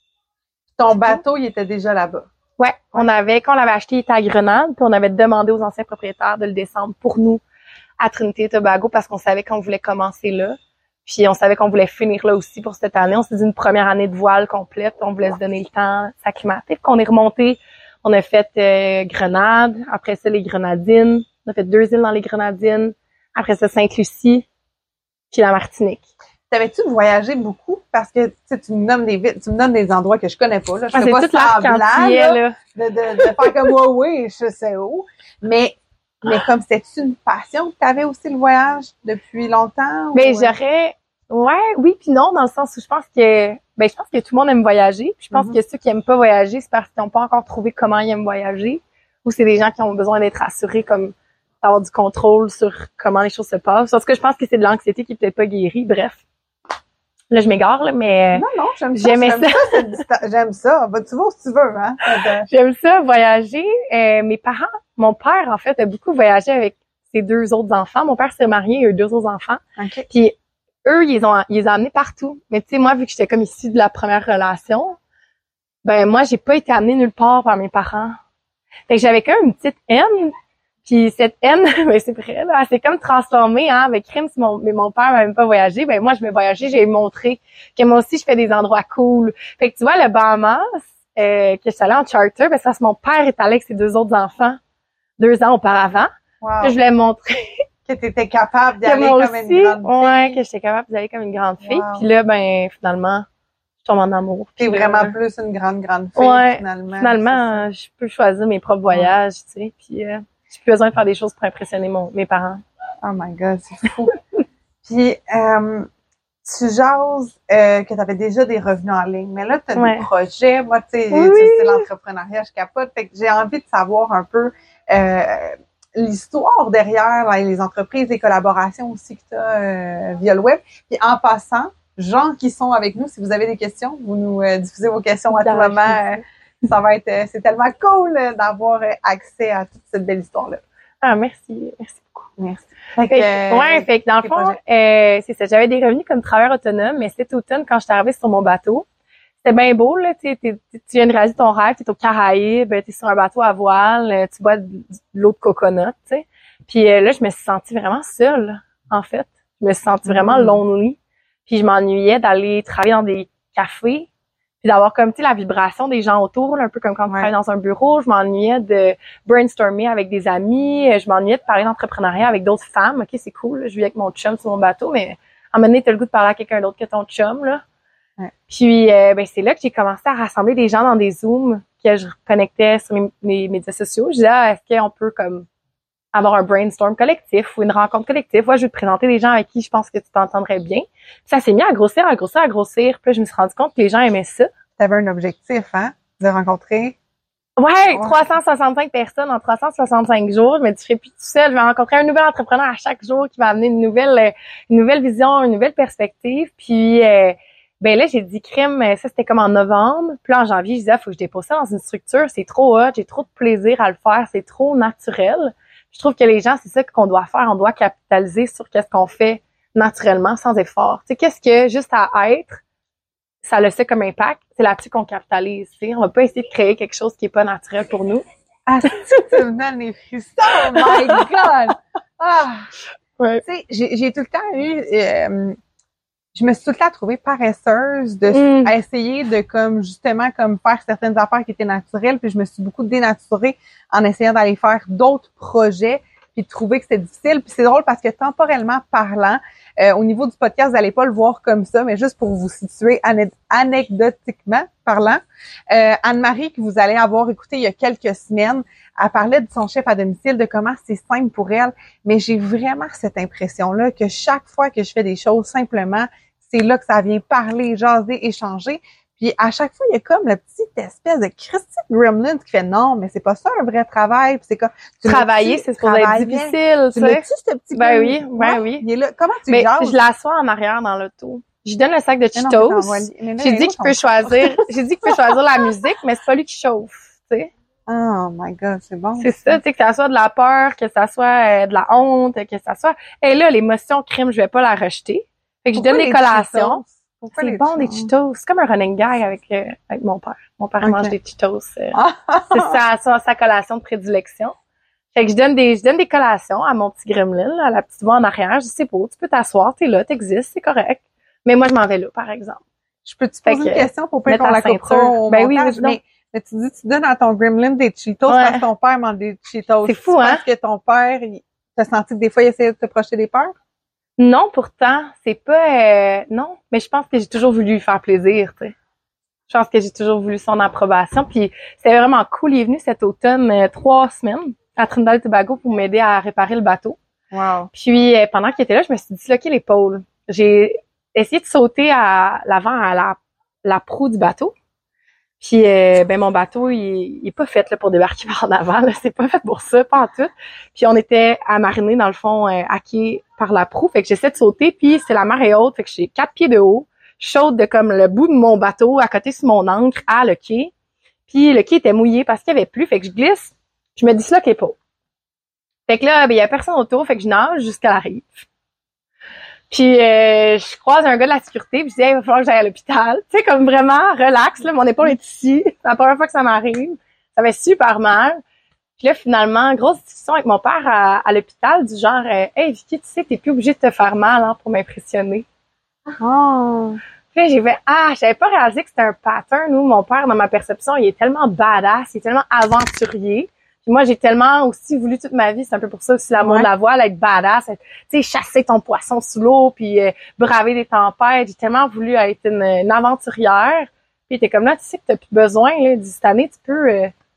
Ton bateau, il était déjà là-bas. Ouais, quand on l'avait acheté, il était à Grenade, puis on avait demandé aux anciens propriétaires de le descendre pour nous à Trinité et Tobago parce qu'on savait qu'on voulait commencer là. Puis on savait qu'on voulait finir là aussi pour cette année. On s'est dit une première année de voile complète. On voulait se donner le temps de s'acclimater. Puis qu'on est remonté, on a fait Grenade. Après ça, les Grenadines. On a fait 2 îles dans les Grenadines. Après ça, Sainte-Lucie. Puis la Martinique. T'avais-tu voyagé beaucoup? Parce que tu me nommes tu me donnes des endroits que je connais pas. Là. Je fais pas toute semblant là. De faire comme moi, oui, je sais où. Mais comme c'était-tu une passion que t'avais aussi le voyage depuis longtemps? Ben, oui puis non, dans le sens où je pense que tout le monde aime voyager. Puis je pense que ceux qui aiment pas voyager, c'est parce qu'ils n'ont pas encore trouvé comment ils aiment voyager. Ou c'est des gens qui ont besoin d'être assurés, comme d'avoir du contrôle sur comment les choses se passent. Parce que je pense que c'est de l'anxiété qui est peut-être pas guérie. Bref. Là, je m'égare, là, mais... Non, j'aime ça. Va, tu vas où tu veux, hein? J'aime ça, voyager. Mes parents, mon père, en fait, a beaucoup voyagé avec ses 2 autres enfants. Mon père s'est marié, il a eu 2 autres enfants. Okay. Puis eux, ils les ont amenés partout. Mais tu sais, moi, vu que j'étais comme issue de la première relation, ben moi, j'ai pas été amenée nulle part par mes parents. Fait que j'avais quand même une petite haine. Puis cette haine, ben c'est vrai, là, elle s'est comme transformée, hein, avec crime. Si mon père m'a même pas voyagé, ben moi, je vais voyager, j'ai montré que moi aussi, je fais des endroits cool. Fait que tu vois, le Bahamas, que je suis allée en charter, ben ça, mon père est allé avec ses 2 autres enfants 2 ans auparavant. Wow. Puis je voulais montrer que t'étais capable d'y aller comme une grande fille. Ouais, que j'étais capable d'y aller comme une grande fille. Wow. Puis là, ben finalement, je tombe en amour. T'es vraiment plus une grande fille, ouais, finalement. Finalement, je peux choisir mes propres voyages, tu sais, puis j'ai plus besoin de faire des choses pour impressionner mes parents. Oh my God, c'est fou. Puis, tu jases que tu avais déjà des revenus en ligne, mais là, tu as des projets. Moi, tu sais, c'est l'entrepreneuriat, je capote. Fait que j'ai envie de savoir un peu l'histoire derrière les entreprises, les collaborations aussi que tu as via le web. Puis, en passant, gens qui sont avec nous, si vous avez des questions, vous nous diffusez vos questions à tout moment. Ça va être, c'est tellement cool d'avoir accès à toute cette belle histoire-là. Ah, merci beaucoup. Merci. Fait que dans le fond, c'est ça. J'avais des revenus comme travailleur autonome, mais cet automne, quand je suis arrivée sur mon bateau, c'était bien beau, là, tu viens de réaliser ton rêve, t'es aux Caraïbes, t'es sur un bateau à voile, tu bois de l'eau de coconut, tu sais. Puis là, je me suis sentie vraiment seule, en fait. Je me suis sentie vraiment lonely. Puis je m'ennuyais d'aller travailler dans des café, puis d'avoir comme, tu sais, la vibration des gens autour, là, un peu comme quand tu travailles dans un bureau. Je m'ennuyais de brainstormer avec des amis, je m'ennuyais de parler d'entrepreneuriat avec d'autres femmes. OK, c'est cool, là, je vis avec mon chum sur mon bateau, mais à un moment donné, t'as le goût de parler à quelqu'un d'autre que ton chum, là. Ouais. Puis, c'est là que j'ai commencé à rassembler des gens dans des Zooms que je connectais sur mes médias sociaux. Je disais, est-ce qu'on peut, comme, avoir un brainstorm collectif ou une rencontre collective? Ouais, je vais te présenter des gens avec qui je pense que tu t'entendrais bien. Puis ça s'est mis à grossir. Puis là, je me suis rendu compte que les gens aimaient ça. T'avais un objectif, hein? De rencontrer? Ouais, 365 personnes en 365 jours. Je me dis, je serai plus tout seul. Je vais rencontrer un nouvel entrepreneur à chaque jour qui va amener une nouvelle vision, une nouvelle perspective. Puis, là, j'ai dit, crème, ça, c'était comme en novembre. Puis là, en janvier, je disais, faut que je dépose ça dans une structure. C'est trop hot. J'ai trop de plaisir à le faire. C'est trop naturel. Je trouve que les gens, c'est ça qu'on doit faire. On doit capitaliser sur qu'est-ce qu'on fait naturellement, sans effort. Tu sais, qu'est-ce que juste à être, ça le sait comme impact. C'est là-dessus qu'on capitalise. Tu sais, on va pas essayer de créer quelque chose qui est pas naturel pour nous. Ah, tu me donnes les frissons. Oh my God! Ah! Ouais. Tu sais, j'ai tout le temps eu... je me suis tout le temps trouvée paresseuse à essayer de justement faire certaines affaires qui étaient naturelles, puis je me suis beaucoup dénaturée en essayant d'aller faire d'autres projets puis de trouver que c'était difficile. Puis c'est drôle parce que temporellement parlant, au niveau du podcast, vous n'allez pas le voir comme ça, mais juste pour vous situer anecdotiquement parlant, Anne-Marie, que vous allez avoir écouté il y a quelques semaines, elle parlait de son chef à domicile, de comment c'est simple pour elle, mais j'ai vraiment cette impression-là que chaque fois que je fais des choses simplement, c'est là que ça vient parler, jaser, échanger. Puis à chaque fois, il y a comme la petite espèce de Christine Gremlin qui fait non, mais c'est pas ça un vrai travail. Puis c'est comme travailler, c'est supposé être difficile, tu sais. Ce petit oui. Il est là. Comment tu jases? Je l'assois en arrière dans l'auto. Je lui donne le sac de Cheetos. J'ai dit qu'il peut choisir. J'ai dit qu'il peut choisir la musique, mais c'est pas lui qui chauffe, tu sais. Oh my God, c'est bon. C'est ça, tu sais, que ça soit de la peur, que ça soit de la honte, que ça soit. Et là, l'émotion crime, je vais pas la rejeter. Fait que je donne des collations. C'est bon, des Cheetos. C'est comme un running gag avec mon père. Mon père mange des Cheetos. C'est sa collation de prédilection. Fait que je donne des collations à mon petit gremlin, là, à la petite voix en arrière. Je dis, c'est beau, tu peux t'asseoir, t'es là, t'existes, c'est correct. Mais moi, je m'en vais là, par exemple. Je peux te poser une question pour pas qu'on la coupera au montage, mais tu dis, tu donnes à ton gremlin des Cheetos parce que ton père mange des Cheetos. C'est fou, hein? Parce que ton père, t'as senti que des fois, il essayait de te projeter des peurs? Non, pourtant, c'est pas... non, mais je pense que j'ai toujours voulu lui faire plaisir, tu sais. Je pense que j'ai toujours voulu son approbation. Puis c'est vraiment cool. Il est venu cet automne 3 semaines à Trinidad et Tobago pour m'aider à réparer le bateau. Wow. Puis pendant qu'il était là, je me suis disloqué l'épaule. J'ai essayé de sauter à l'avant à la proue du bateau. Puis mon bateau, il est pas fait là pour débarquer par en avant, là, c'est pas fait pour ça, pas en tout. Puis on était à mariner dans le fond à quai par la proue, fait que j'essaie de sauter, puis c'est la mer est haute, fait que j'ai 4 pieds de haut, je saute de comme le bout de mon bateau à côté sur mon ancre à le quai. Puis le quai était mouillé parce qu'il y avait plus, fait que je glisse, je me disloque l'épaule. Fait que là, il y a personne autour, fait que je nage jusqu'à la rive. Puis je croise un gars de la sécurité, puis je dis, il va falloir que j'aille à l'hôpital. Tu sais, comme vraiment relax, là, mon épaule est ici. C'est la première fois que ça m'arrive. Ça fait super mal. Puis là, finalement, grosse discussion avec mon père à l'hôpital, du genre, hey Vicky, tu sais, t'es plus obligée de te faire mal, hein, pour m'impressionner. Oh. Puis là, j'ai fait, j'avais pas réalisé que c'était un pattern, où mon père, dans ma perception, il est tellement badass, il est tellement aventurier. Puis moi, j'ai tellement aussi voulu toute ma vie, c'est un peu pour ça aussi l'amour de la voile, être badass, tu sais, chasser ton poisson sous l'eau, puis braver des tempêtes. J'ai tellement voulu être une aventurière. Puis t'es comme là, tu sais que t'as plus besoin, là. Cette année, tu peux,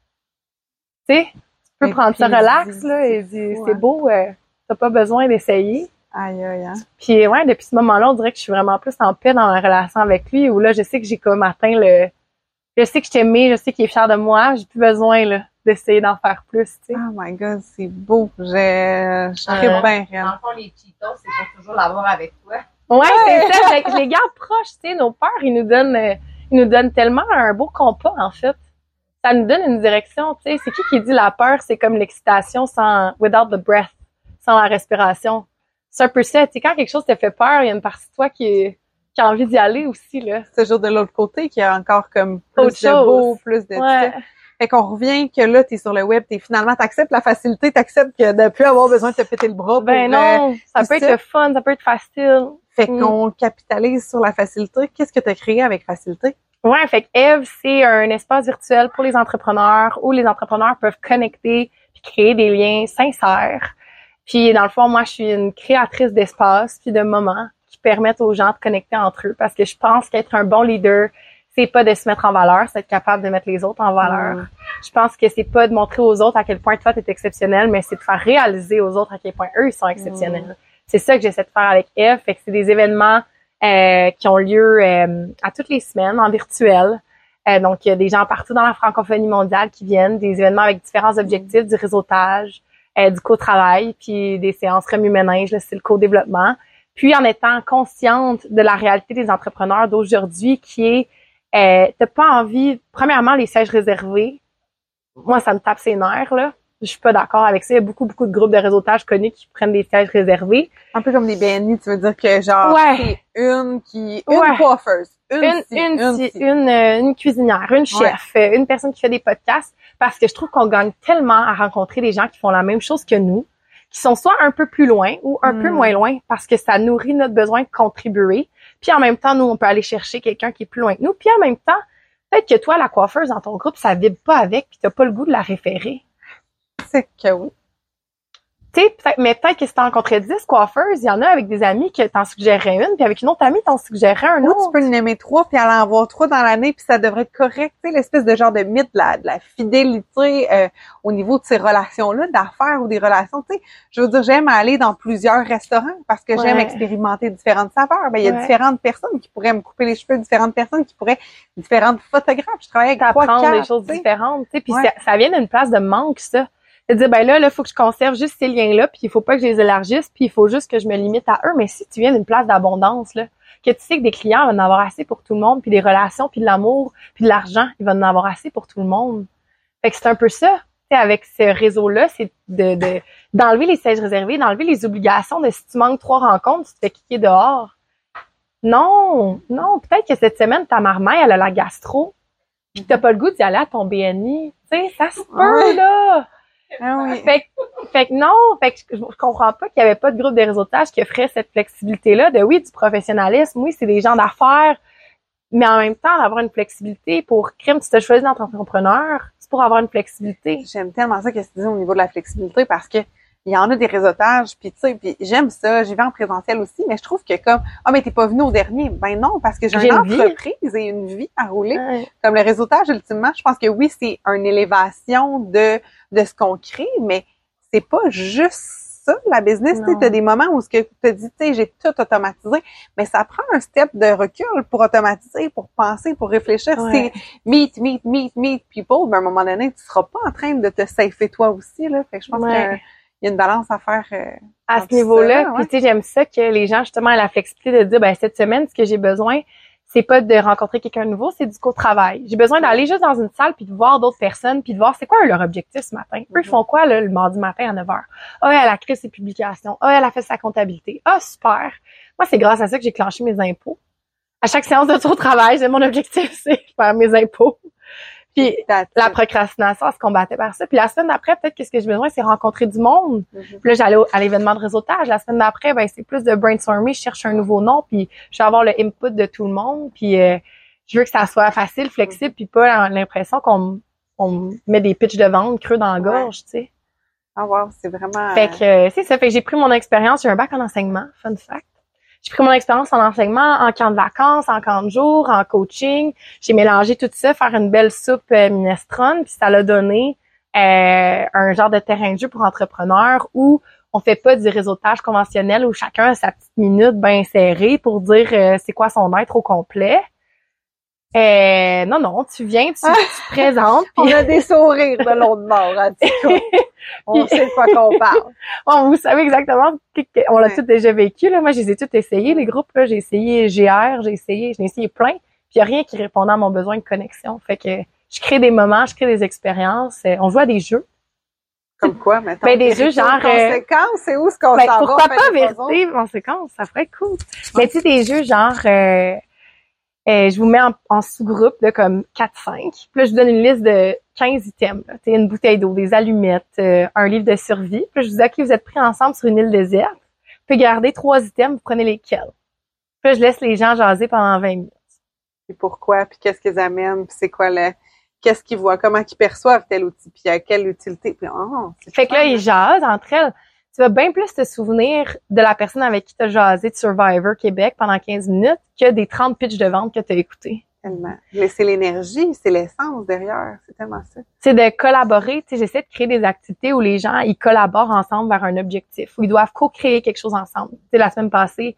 tu sais, tu peux prendre ça relax, là, et c'est beau, t'as pas besoin d'essayer. Aïe, aïe, hein. Puis ouais, depuis ce moment-là, on dirait que je suis vraiment plus en paix dans ma relation avec lui, où là, je sais que j'ai comme atteint je sais que je t'aimais, je sais qu'il est fier de moi, j'ai plus besoin, là, d'essayer d'en faire plus, tu sais. Oh my God, c'est beau. Je serais bien rien. Dans le fond, les Cheetos, c'est pour toujours l'avoir avec toi. Ouais, c'est ça. Je les garde proches, tu sais. Nos peurs, ils nous donnent tellement un beau compas, en fait. Ça nous donne une direction, tu sais. C'est qui dit la peur, c'est comme l'excitation without the breath, sans la respiration. C'est un peu ça. Tu sais, quand quelque chose te fait peur, il y a une partie de toi qui a envie d'y aller aussi, là. C'est toujours de l'autre côté qu'il y a encore comme plus de beau, plus de... Ouais. Fait qu'on revient que là, t'es sur le web, t'acceptes la facilité, t'acceptes que de plus avoir besoin de te péter le bras. Ben non, ça peut être le fun, ça peut être facile. Fait qu'on capitalise sur la facilité. Qu'est-ce que tu as créé avec facilité? Ouais, fait que Eve, c'est un espace virtuel pour les entrepreneurs où les entrepreneurs peuvent connecter puis créer des liens sincères. Puis dans le fond, moi, je suis une créatrice d'espace puis de moments qui permettent aux gens de connecter entre eux parce que je pense qu'être un bon leader, c'est pas de se mettre en valeur, c'est être capable de mettre les autres en valeur. Je pense que c'est pas de montrer aux autres à quel point toi t'es exceptionnel, mais c'est de faire réaliser aux autres à quel point eux ils sont exceptionnels. C'est ça que j'essaie de faire avec Eve, fait que c'est des événements qui ont lieu à toutes les semaines en virtuel. Donc il y a des gens partout dans la francophonie mondiale qui viennent, des événements avec différents objectifs, du réseautage, du co-travail, puis des séances remue-ménage, là, c'est le co-développement. Puis en étant consciente de la réalité des entrepreneurs d'aujourd'hui qui est t'as pas envie, premièrement, les sièges réservés, moi, ça me tape ses nerfs, là. Je suis pas d'accord avec ça. Il y a beaucoup de groupes de réseautage connus qui prennent des sièges réservés. Un peu comme des BNI, tu veux dire que genre, c'est une coiffeuse, une cuisinière, une chef, une personne qui fait des podcasts, parce que je trouve qu'on gagne tellement à rencontrer des gens qui font la même chose que nous, qui sont soit un peu plus loin ou un peu moins loin, parce que ça nourrit notre besoin de contribuer. Puis en même temps, nous, on peut aller chercher quelqu'un qui est plus loin que nous. Puis en même temps, peut-être que toi, la coiffeuse dans ton groupe, ça vibre pas avec, puis t'as pas le goût de la référer. C'est que oui. Tu sais, peut-être que si t'as rencontré 10 coiffeuses, il y en a avec des amis que t'en suggérerais une, puis avec une autre amie, t'en suggérerais un autre. Tu peux en aimer 3 puis aller en voir 3 dans l'année, puis ça devrait être correct. Tu sais, l'espèce de genre de mythe de la fidélité au niveau de ces relations-là, d'affaires ou des relations. Tu sais, je veux dire, j'aime aller dans plusieurs restaurants parce que j'aime expérimenter différentes saveurs. Ben, il y a différentes personnes qui pourraient me couper les cheveux, différentes personnes qui pourraient, différentes photographes. Je travaille avec 3-4. Des choses différentes, tu sais, puis ça vient d'une place de manque, ça. De dire, ben là, faut que je conserve juste ces liens-là, puis il faut pas que je les élargisse, puis il faut juste que je me limite à eux. Mais si tu viens d'une place d'abondance, là, que tu sais que des clients vont en avoir assez pour tout le monde, puis des relations, puis de l'amour, puis de l'argent, ils vont en avoir assez pour tout le monde. Fait que c'est un peu ça, tu sais, avec ce réseau-là, c'est d'enlever les sièges réservés, d'enlever les obligations de si tu manques 3 rencontres, tu te fais kicker dehors. Non, peut-être que cette semaine, ta marmaille, elle a la gastro, puis t'as pas le goût d'y aller à ton BNI. Tu sais, ça se peut, là! Ah oui. Fait que je comprends pas qu'il y avait pas de groupe de réseautage qui offrait cette flexibilité-là de du professionnalisme, oui, c'est des gens d'affaires, mais en même temps, d'avoir une flexibilité pour crime, tu te choisis d'être entrepreneur, c'est pour avoir une flexibilité. J'aime tellement ça que tu dis au niveau de la flexibilité parce que il y en a des réseautages, puis tu sais, puis j'aime ça, j'y vais en présentiel aussi, mais je trouve que comme mais t'es pas venu au dernier, ben non, parce que j'ai une entreprise et une vie à rouler. Ouais. Comme le réseautage, ultimement, je pense que oui, c'est une élévation de ce qu'on crée, mais c'est pas juste ça, la business. Tu sais, t'as des moments où ce que tu te dis, tu sais, j'ai tout automatisé, mais ça prend un step de recul pour automatiser, pour penser, pour réfléchir. C'est meet people, mais à un moment donné, tu seras pas en train de te safer toi aussi, là. Fait que je pense que il y a une balance à faire à ce niveau-là. Puis tu sais, j'aime ça que les gens justement aient la flexibilité de dire ben cette semaine, ce que j'ai besoin, c'est pas de rencontrer quelqu'un de nouveau, c'est du co-travail. J'ai besoin d'aller juste dans une salle puis de voir d'autres personnes puis de voir c'est quoi leur objectif ce matin. Eux ils font quoi là, le mardi matin à 9h. Elle a créé ses publications. Elle a fait sa comptabilité. Super. Moi, c'est grâce à ça que j'ai clenché mes impôts. À chaque séance de tour travail, mon objectif c'est faire mes impôts. Puis la procrastination, elle se combattait par ça. Puis la semaine d'après, peut-être que ce que j'ai besoin, c'est rencontrer du monde. Puis là, j'allais à l'événement de réseautage. La semaine d'après, ben c'est plus de brainstormer, je cherche un nouveau nom, puis je vais avoir le input de tout le monde. Puis je veux que ça soit facile, flexible, puis pas l'impression qu'on met des pitchs de vente creux dans la gorge, tu sais. Ah wow, c'est vraiment... Fait que c'est ça. Fait que j'ai pris mon expérience, j'ai un bac en enseignement, fun fact. J'ai pris mon expérience en enseignement, en camp de vacances, en camp de jour, en coaching. J'ai mélangé tout ça, faire une belle soupe minestrone, puis ça l'a donné un genre de terrain de jeu pour entrepreneurs où on fait pas du réseautage conventionnel où chacun a sa petite minute bien serrée pour dire c'est quoi son être au complet. Non, tu viens, tu te présentes. Puis on a des sourires de l'autre bord, en tout cas. On sait de quoi qu'on parle. Bon, vous savez exactement, on l'a tous déjà vécu, là. Moi, je les ai tous essayés, les groupes, là. J'ai essayé GR, j'en ai essayé plein. Puis il y a rien qui répondait à mon besoin de connexion. Fait que je crée des moments, je crée des expériences. On joue à des jeux. Comme quoi, maintenant? Ben, des jeux genre... Conséquences, c'est où ce qu'on s'en va? Pourquoi pas vérité en séquence? Ça ferait cool. Mais tu sais, des jeux genre... je vous mets en sous-groupe de comme 4-5. Puis là, je vous donne une liste de 15 items. Tu sais, une bouteille d'eau, des allumettes, un livre de survie. Puis là, je vous dis, OK, vous êtes pris ensemble sur une île déserte. Vous pouvez garder 3 items, vous prenez lesquels. Puis je laisse les gens jaser pendant 20 minutes. Et pourquoi? Puis qu'est-ce qu'ils amènent? Puis c'est quoi qu'est-ce qu'ils voient? Comment ils perçoivent tel outil? Puis à quelle utilité? Puis fait que là, ils jasent entre elles. Tu vas bien plus te souvenir de la personne avec qui tu as jasé de Survivor Québec pendant 15 minutes que des 30 pitchs de vente que tu as écoutés. Tellement. Mais c'est l'énergie, c'est l'essence derrière. C'est tellement ça. C'est de collaborer. Tu sais, j'essaie de créer des activités où les gens, ils collaborent ensemble vers un objectif, où ils doivent co-créer quelque chose ensemble. Tu sais, la semaine passée,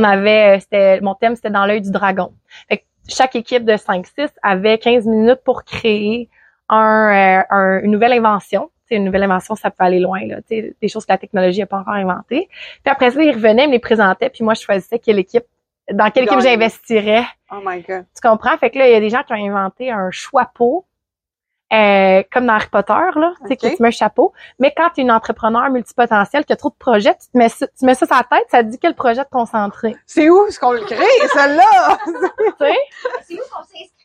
mon thème, c'était dans l'œil du dragon. Fait que chaque équipe de 5-6 avait 15 minutes pour créer une nouvelle invention. T'sais, une nouvelle invention, ça peut aller loin, là. T'sais, des choses que la technologie n'a pas encore inventées. Puis après ça, ils revenaient, ils me les présentaient, puis moi, je choisissais dans quelle équipe j'investirais. Oh my God. Tu comprends? Fait que là, il y a des gens qui ont inventé un chapeau, comme dans Harry Potter, là, tu sais, que tu mets un chapeau. Mais quand tu es une entrepreneur multipotentiel, qui a trop de projets, tu mets ça sur la tête, ça te dit quel projet te concentrer. C'est où ce qu'on le crée, celle-là? Tu sais? C'est où qu'on s'inscrit?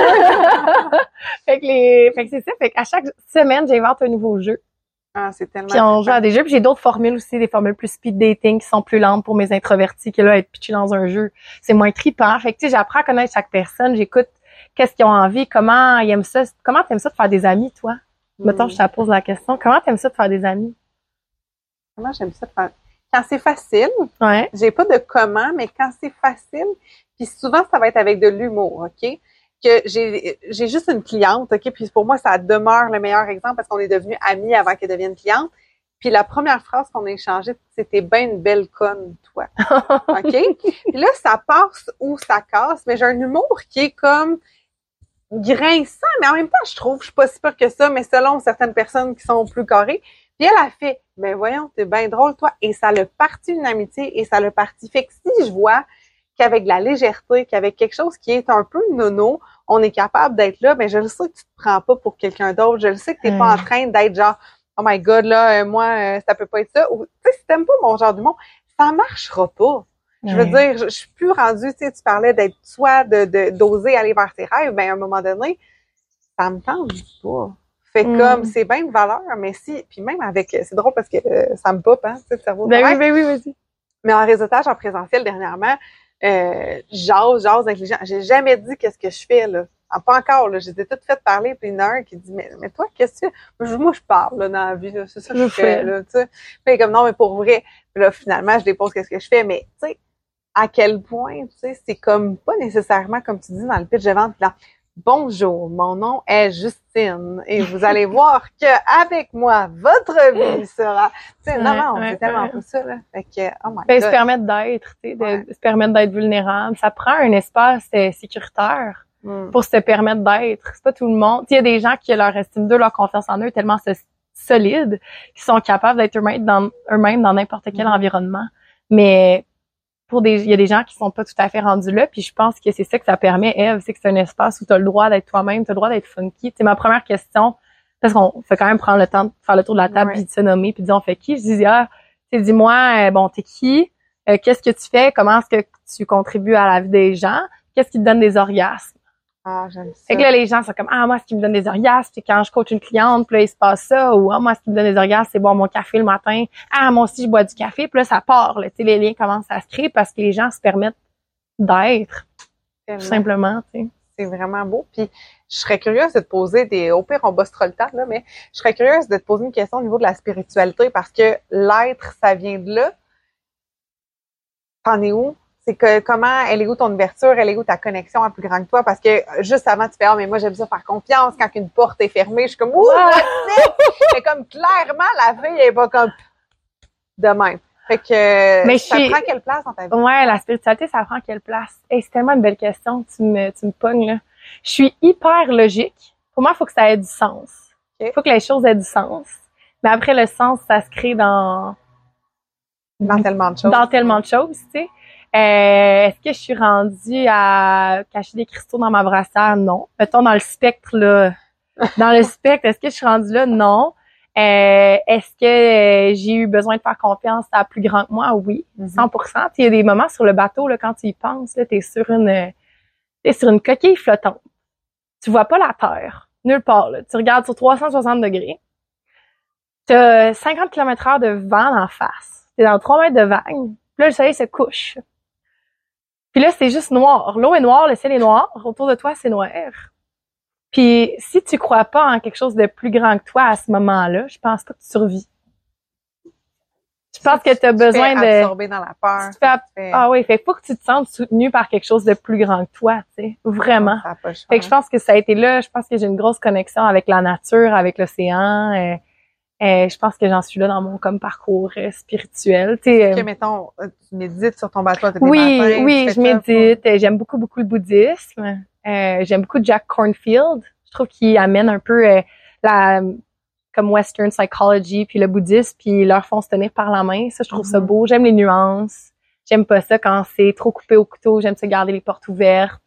Fait que c'est ça. Fait qu'à chaque semaine, j'invente un nouveau jeu. Ah, c'est tellement. Puis on joue à des jeux. Puis j'ai d'autres formules aussi, des formules plus speed dating qui sont plus lentes pour mes introvertis, que là, être pitché dans un jeu, c'est moins trippant. Fait que tu sais, j'apprends à connaître chaque personne, j'écoute qu'est-ce qu'ils ont envie, comment ils aiment ça. Comment t'aimes ça de faire des amis, toi? Mettons, je te pose la question. Comment t'aimes ça de faire des amis? Comment j'aime ça de faire? Quand c'est facile, Ouais. j'ai pas de comment, mais quand c'est facile, puis souvent, ça va être avec de l'humour, OK? Que j'ai juste une cliente, OK? Puis pour moi, ça demeure le meilleur exemple parce qu'on est devenus amis avant qu'elle devienne cliente. Puis la première phrase qu'on a échangée, c'était « ben une belle conne, toi ». OK? Puis là, ça passe ou ça casse, mais j'ai un humour qui est comme grinçant, mais en même temps, je suis pas si peur que ça, mais selon certaines personnes qui sont plus carrées. Puis elle a fait « ben voyons, t'es bien drôle, toi ». Et ça l'a parti une amitié et ça l'a parti. Fait que si je vois qu'avec de la légèreté, qu'avec quelque chose qui est un peu nono, on est capable d'être là, mais je le sais que tu te prends pas pour quelqu'un d'autre. Je le sais que t'es pas en train d'être genre « oh my God, là, moi, ça peut pas être ça ». Ou tu sais, si t'aimes pas mon genre d'humour, ça marchera pas. Je veux dire, je suis plus rendue, tu sais, tu parlais d'être soi, d'oser aller vers tes rêves, ben à un moment donné, ça me tente pas. Fait comme, c'est bien une valeur, mais si, puis même avec, c'est drôle parce que ça me pop, hein, tu sais, le cerveau. Ben oui, vas-y. Mais en réseautage, en présentiel, dernièrement, j'ose avec les gens. J'ai jamais dit qu'est-ce que je fais, là. Ah, pas encore, là. J'ai toutes fait parler, puis une heure qui dit, mais toi, qu'est-ce que tu fais? Moi, je parle, là, dans la vie, là. C'est ça que je fais, là, tu sais. Puis comme, non, mais pour vrai. Puis là, finalement, je dépose qu'est-ce que je fais, mais, tu sais, à quel point, tu sais, c'est comme, pas nécessairement, comme tu dis dans le pitch de vente, là. Bonjour, mon nom est Justine et vous allez voir que avec moi, votre vie sera. Tu sais, non, c'est tellement pas ça, là. Fait que, oh my God. Se permettre d'être, tu sais, se permettre d'être vulnérable. Ça prend un espace sécuritaire pour se permettre d'être. C'est pas tout le monde. Il y a des gens qui ont leur estime d'eux, leur confiance en eux est tellement solide qu'ils sont capables d'être eux-mêmes dans n'importe quel environnement. Mais il y a des gens qui sont pas tout à fait rendus là, puis je pense que c'est ça que ça permet, Ève, c'est que c'est un espace où tu as le droit d'être toi-même, tu as le droit d'être funky. C'est ma première question, parce qu'on fait quand même prendre le temps de faire le tour de la table, puis de se nommer, puis de dire on fait qui? Je dis, dis-moi, bon, t'es qui? Qu'est-ce que tu fais? Comment est-ce que tu contribues à la vie des gens? Qu'est-ce qui te donne des orgasmes? Ah, j'aime ça. Fait que là, les gens sont comme, moi, ce qui me donne des orgasmes, c'est quand je coach une cliente, puis là, il se passe ça, ou, moi, ce qui me donne des orgasmes, c'est boire mon café le matin. Moi aussi, je bois du café, puis là, ça part, là. Tu sais, les liens commencent à se créer parce que les gens se permettent d'être. Tout simplement, tu sais. C'est vraiment beau. Puis, je serais curieuse de te poser au pire, on bossera le temps, là, mais je serais curieuse de te poser une question au niveau de la spiritualité parce que l'être, ça vient de là. T'en es où? C'est que elle est où ton ouverture, elle est où ta connexion à plus grand que toi? Parce que juste avant, tu fais, mais moi, j'aime ça faire confiance. Quand une porte est fermée, je suis comme, mais comme clairement, la fille, elle est pas comme de même. Fait que ça prend quelle place dans ta vie? Ouais, la spiritualité, ça prend quelle place? C'est tellement une belle question. Tu me pognes, là. Je suis hyper logique. Pour moi, il faut que ça ait du sens. Il faut que les choses aient du sens. Mais après, le sens, ça se crée dans tellement de choses. Dans tellement de choses, tu sais. Est-ce que je suis rendue à cacher des cristaux dans ma brassière? Non. Mettons dans le spectre, là. Dans le spectre, est-ce que je suis rendue là? Non. Est-ce que j'ai eu besoin de faire confiance à plus grand que moi? Oui. 100%. Il y a des moments sur le bateau, là, quand tu y penses, là, t'es sur une coquille flottante. Tu vois pas la terre. Nulle part, là. Tu regardes sur 360 degrés. T'as 50 km/h de vent en face. T'es dans 3 mètres de vague. Puis là, le soleil se couche. Puis là, c'est juste noir. L'eau est noire, le ciel est noir. Autour de toi, c'est noir. Puis si tu crois pas en quelque chose de plus grand que toi à ce moment-là, je pense pas que tu survis. Je pense que tu as besoin de absorber dans la peur. Ah oui, fait faut que tu te sentes soutenu par quelque chose de plus grand que toi, tu sais, vraiment. Fait que je pense que ça a été là, je pense que j'ai une grosse connexion avec la nature, avec l'océan. Je pense que j'en suis là dans mon comme parcours spirituel, tu sais. Que mettons, tu médites sur ton bateau à tous les Oui, matins, oui, je médite. J'aime beaucoup le bouddhisme. J'aime beaucoup Jack Kornfield. Je trouve qu'il amène un peu la comme Western psychology puis le bouddhisme puis ils leur font se tenir par la main. Ça, je trouve ça beau. J'aime les nuances. J'aime pas ça quand c'est trop coupé au couteau. J'aime ça garder les portes ouvertes.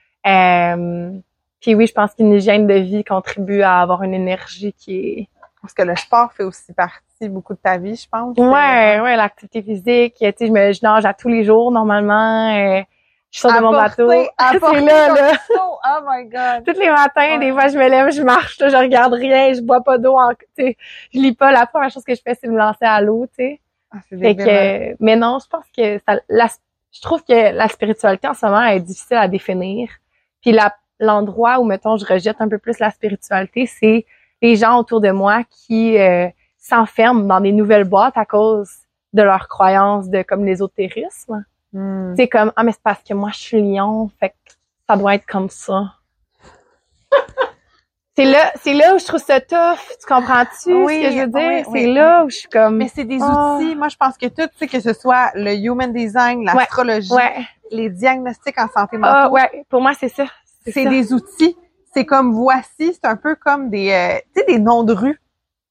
Puis oui, je pense qu'une hygiène de vie contribue à avoir une énergie qui est... Parce que le sport fait aussi partie beaucoup de ta vie, je pense. Ouais, l'activité physique. Tu sais, je nage à tous les jours normalement. Je sors de mon bateau. C'est là. Oh my God. Tous les matins, des fois, je me lève, je marche, je regarde rien, je bois pas d'eau, tu sais, je lis pas. La première chose que je fais, c'est me lancer à l'eau, tu sais. Fait que, mais non, je pense que je trouve que la spiritualité en ce moment est difficile à définir. Puis l'endroit où, mettons, je rejette un peu plus la spiritualité, c'est les gens autour de moi qui s'enferment dans des nouvelles boîtes à cause de leurs croyances de comme l'ésotérisme. C'est comme mais c'est parce que moi je suis lion, fait que ça doit être comme ça. c'est là où je trouve ça tough, tu comprends-tu ce que je veux dire? C'est là où je suis comme... Mais c'est des outils, moi je pense que tout, tu sais, que ce soit le human design, l'astrologie, les diagnostics en santé mentale. Pour moi c'est ça. C'est des outils. C'est comme voici, c'est un peu comme des, tu sais, des noms de rues.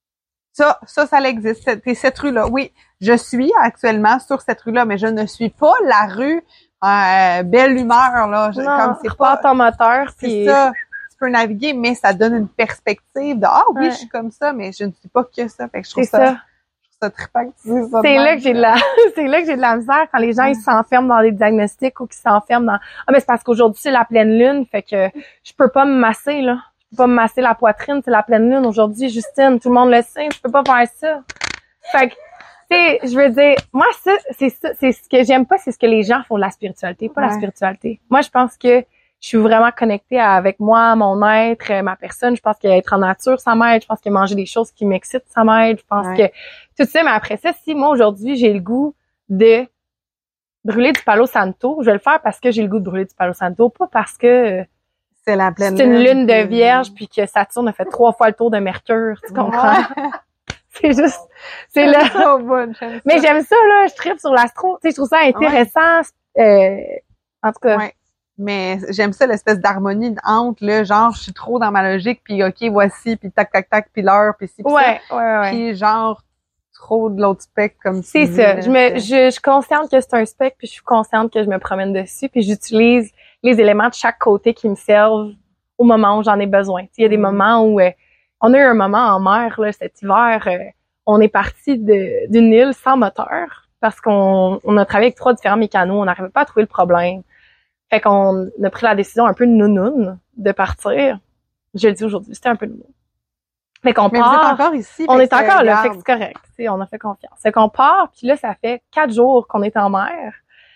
Ça existe. C'est cette rue-là. Oui, je suis actuellement sur cette rue-là, mais je ne suis pas la rue belle humeur là. Non, comme c'est pas ton moteur. C'est ça. Tu peux naviguer, mais ça donne une perspective de oui, je suis comme ça, mais je ne suis pas que ça. Fait que je trouve ça trippant que tu dises ça. C'est là que j'ai de la misère quand les gens ils s'enferment dans des diagnostics ou qu'ils s'enferment dans mais c'est parce qu'aujourd'hui c'est la pleine lune, fait que je peux pas me masser là. Je peux pas me masser la poitrine, c'est la pleine lune aujourd'hui, Justine, tout le monde le sait, je peux pas faire ça. Fait que, tu sais, je veux dire, moi, ça, c'est ce que j'aime pas, c'est ce que les gens font de la spiritualité, pas la spiritualité. Moi, je pense que je suis vraiment connectée avec moi, mon être, ma personne. Je pense qu'être en nature, ça m'aide. Je pense que manger des choses qui m'excitent, ça m'aide. Je pense que tout ça, mais après ça, si moi, aujourd'hui, j'ai le goût de brûler du Palo Santo, je vais le faire parce que j'ai le goût de brûler du Palo Santo, pas parce que c'est la pleine lune. C'est une lune de vierge puis que Saturne a fait 3 fois le tour de Mercure, tu comprends? C'est juste, c'est là. Mais j'aime ça, là, je tripe sur l'astro. Tu sais, je trouve ça intéressant. En tout cas. Ouais. Mais j'aime ça, l'espèce d'harmonie entre, là, genre, je suis trop dans ma logique, puis OK, voici, puis tac, tac, tac, puis l'heure, puis ci, puis ça. Puis genre, trop de l'autre spectre, comme c'est ça. Je suis consciente que c'est un spectre, puis je suis consciente que je me promène dessus, puis j'utilise les éléments de chaque côté qui me servent au moment où j'en ai besoin. Il y a des moments où on a eu un moment en mer là, cet hiver, on est parti d'une île sans moteur parce qu'on a travaillé avec 3 différents mécanos, on n'arrivait pas à trouver le problème. Fait qu'on a pris la décision un peu nounoune de partir. Je le dis aujourd'hui, c'était un peu nounoun. Fait qu'on part. Mais vous êtes encore ici. On est encore là, fait que c'est correct. On a fait confiance. Fait qu'on part, puis là, ça fait 4 jours qu'on est en mer.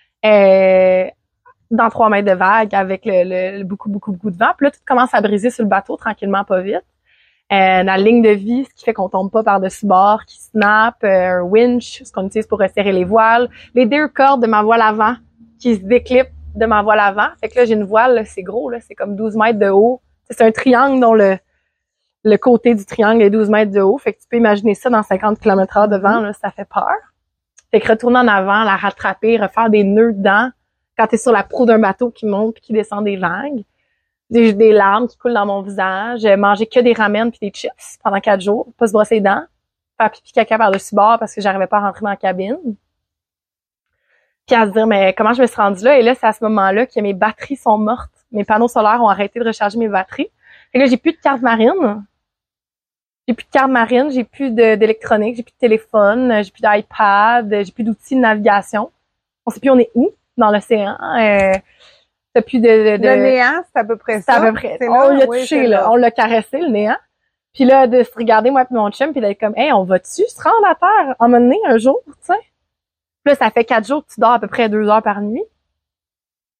Dans 3 mètres de vague avec le beaucoup de vent. Puis là, tout commence à briser sur le bateau tranquillement, pas vite. La ligne de vie, ce qui fait qu'on tombe pas par-dessus bord, qui snap, un winch, ce qu'on utilise pour resserrer les voiles, les 2 cordes de ma voile avant qui se déclippent de ma voile avant. Fait que là, j'ai une voile, là, c'est gros, là, c'est comme 12 mètres de haut. C'est un triangle dont le côté du triangle est 12 mètres de haut. Fait que tu peux imaginer ça dans 50 km/h de vent, là, ça fait peur. Fait que retourner en avant, la rattraper, refaire des nœuds dedans quand t'es sur la proue d'un bateau qui monte puis qui descend des vagues. Des larmes qui coulent dans mon visage. Manger que des ramen puis des chips pendant 4 jours. Pas se brosser les dents. Faire pipi caca par-dessus bord parce que j'arrivais pas à rentrer dans la cabine. Puis à se dire, mais comment je me suis rendue là? Et là, c'est à ce moment-là que mes batteries sont mortes. Mes panneaux solaires ont arrêté de recharger mes batteries. Et là, j'ai plus de carte marine. J'ai plus d'électronique, j'ai plus de téléphone, j'ai plus d'iPad, j'ai plus d'outils de navigation. On sait plus on est où dans l'océan. T'as plus Le néant, c'est à peu près ça. C'est à peu près. On l'a touché, là. On l'a caressé, le néant. Puis là, de se regarder, moi et mon chum, puis d'être comme, hey, on va-tu se rendre à terre, emmener un jour, tu sais? Puis là, ça fait 4 jours que tu dors à peu près 2 heures par nuit.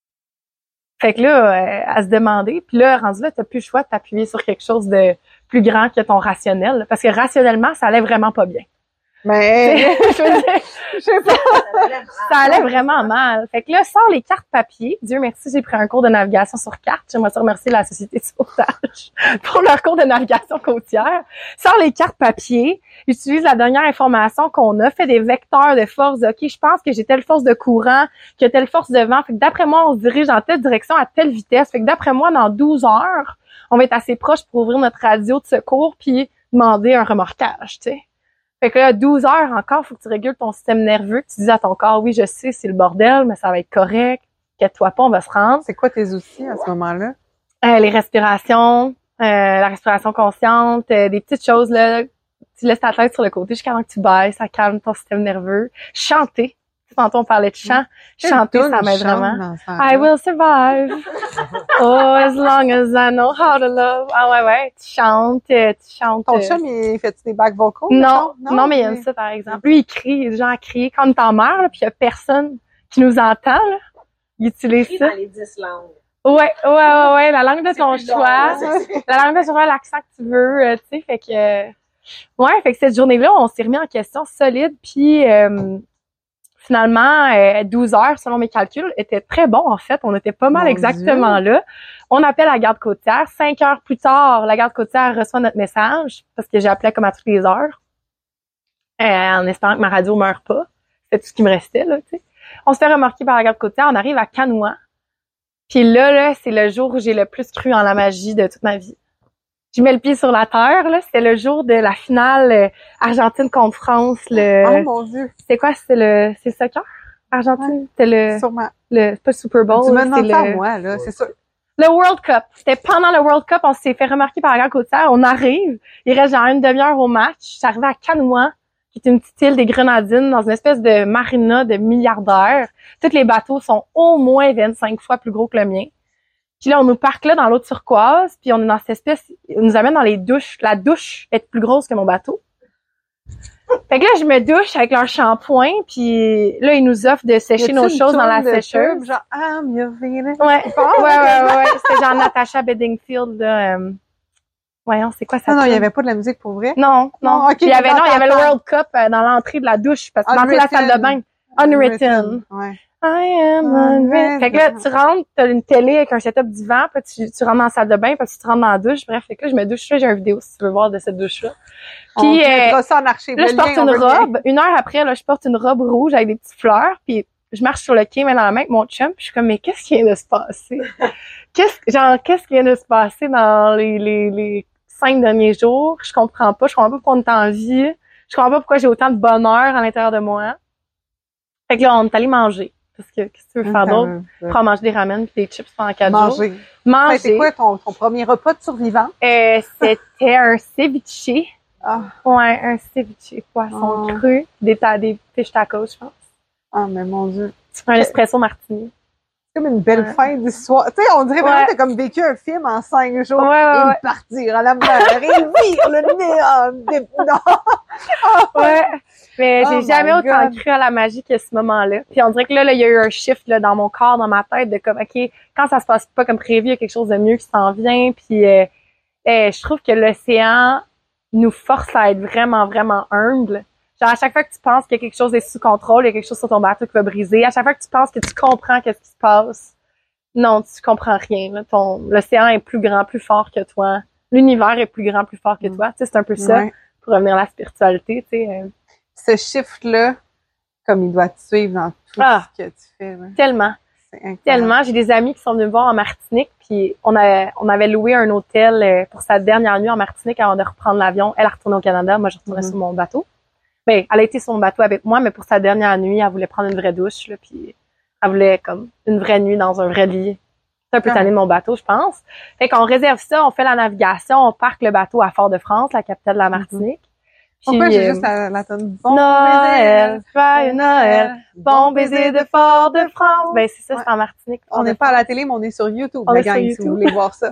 Fait que là, à se demander, puis là, rendu là, t'as plus le choix de t'appuyer sur quelque chose de plus grand que ton rationnel, là, parce que rationnellement, ça allait vraiment pas bien. Mais, je sais pas. Ça allait vraiment mal. Fait que là, sors les cartes papier. Dieu merci, j'ai pris un cours de navigation sur carte. J'aimerais ça remercier la Société de sauvetage pour leur cours de navigation côtière. Sors les cartes papier. Utilise la dernière information qu'on a. Fait des vecteurs de force. OK, je pense que j'ai telle force de courant, qu'il y a telle force de vent. Fait que d'après moi, on se dirige dans telle direction à telle vitesse. Fait que d'après moi, dans 12 heures, on va être assez proche pour ouvrir notre radio de secours puis demander un remorquage, tu sais. Fait que là, 12 heures encore, faut que tu régules ton système nerveux, que tu dises à ton corps, oui, je sais, c'est le bordel, mais ça va être correct. Inquiète-toi pas, on va se rendre. C'est quoi tes outils à ce moment-là? Les respirations, la respiration consciente, des petites choses, là. Tu laisses ta tête sur le côté jusqu'à temps que tu baisses, ça calme ton système nerveux. Chanter. Tantôt, on parlait de chant. Chanter, ça m'aide vraiment. I will survive. Oh, as long as I know how to love. Ah ouais, tu chantes. Ton chum, il fait-tu des back vocals? Non, mais il aime ça, par exemple. Lui, il crie, il est du genre à crier quand on est en mer, là, puis il y a personne qui nous entend, là. Il utilise ça. Dans les 10 langues. Ouais, la langue de ton choix. La langue de ton choix, l'accent que tu veux, tu sais, fait que... ouais, fait que cette journée-là, on s'est remis en question solide, puis... finalement, 12 heures, selon mes calculs, était très bon, en fait. On était pas mal exactement là. On appelle la garde côtière. 5 heures plus tard, la garde côtière reçoit notre message, parce que j'appelais comme à toutes les heures, en espérant que ma radio meure pas. C'était tout ce qui me restait, là, tu sais. On se fait remorquer par la garde côtière. On arrive à Canoa. Puis là, c'est le jour où j'ai le plus cru en la magie de toute ma vie. Je mets le pied sur la terre, là. C'était le jour de la finale Argentine contre France. Oh mon Dieu! C'était quoi? C'est le soccer? Argentine? Ouais. C'était sûrement. C'est pas Super Bowl. Tu me demandes ça à moi, là. C'est ça. Le World Cup. C'était pendant le World Cup. On s'est fait remarquer par la garde côtière. On arrive. Il reste genre une demi-heure au match. Je suis arrivée à Canoa, qui est une petite île des Grenadines, dans une espèce de marina de milliardaires. Tous les bateaux sont au moins 25 fois plus gros que le mien. Puis là, on nous parque là dans l'eau turquoise, puis on est dans cette espèce, on nous amène dans les douches. La douche est plus grosse que mon bateau. Fait que là, je me douche avec leur shampoing, puis là, ils nous offrent de sécher nos choses dans la sécheuse. Genre, you're feeling. Ouais. C'était genre Natasha Bedingfield, là. Voyons, c'est quoi ça? Non, il y avait pas de la musique pour vrai? Non. Okay, il y avait le World Cup dans l'entrée de la douche, parce que dans la salle de bain. Unwritten. Ouais. I am unwritten. Fait que là, tu rentres, t'as une télé avec un setup divan, puis tu rentres dans la salle de bain, puis tu rentres dans la douche. Bref, fait que là, je me douche là, j'ai une vidéo si tu veux voir de cette douche-là. Puis, ça en archive. Là, je porte une robe. Une heure après, là, je porte une robe rouge avec des petites fleurs, puis je marche sur le quai, main dans la main avec mon chum, puis je suis comme, mais qu'est-ce qui vient de se passer? Qu'est-ce qui vient de se passer dans les 5 derniers jours? Je comprends pas pourquoi on est en vie. Je comprends pas pourquoi j'ai autant de bonheur à l'intérieur de moi. Fait que là, on est allé manger. Parce que, qu'est-ce que tu veux faire d'autre? Prends manger des ramen pis des chips pendant 4 jours. Manger. C'est quoi ton premier repas de survivant? C'était un ceviche. Ah. Ouais, un ceviche. Poisson cru. Des fish tacos, je pense. Ah, mais mon Dieu. Un espresso martini. C'est comme une belle fin d'histoire. Tu sais, on dirait vraiment que t'as comme vécu un film en 5 jours. Et partir à la mer et vivre le néant. Non. Ouais. Mais j'ai jamais autant cru à la magie qu'à ce moment-là. Puis on dirait que là, il y a eu un shift là, dans mon corps, dans ma tête, de comme, OK, quand ça se passe pas comme prévu, il y a quelque chose de mieux qui s'en vient. Puis je trouve que l'océan nous force à être vraiment, vraiment humble. Genre, à chaque fois que tu penses que quelque chose est sous contrôle, il y a quelque chose sur ton bateau qui va briser. À chaque fois que tu penses que tu comprends qu'est-ce qui se passe, non, tu comprends rien. Là. L'océan est plus grand, plus fort que toi. L'univers est plus grand, plus fort que toi. Tu sais, c'est un peu ça, pour revenir à la spiritualité, tu sais. Ce shift-là, comme il doit te suivre dans tout ce que tu fais. Là. Tellement. C'est incroyable. Tellement. J'ai des amis qui sont venus me voir en Martinique, puis on avait loué un hôtel pour sa dernière nuit en Martinique avant de reprendre l'avion. Elle a retourné au Canada, moi je retournais sur mon bateau. Ben, elle a été sur mon bateau avec moi, mais pour sa dernière nuit, elle voulait prendre une vraie douche, là, puis elle voulait comme une vraie nuit dans un vrai lit. C'est un peu tanné de mon bateau, je pense. Fait qu'on réserve ça, on fait la navigation, on parque le bateau à Fort-de-France, la capitale de la Martinique. Pourquoi j'ai juste la tonne bon Noël, joyeux Noël, bon baiser de Fort-de-France. Ben c'est ça, c'est en Martinique. On n'est pas à la télé, mais on est sur YouTube, la gang, si vous voulez voir ça.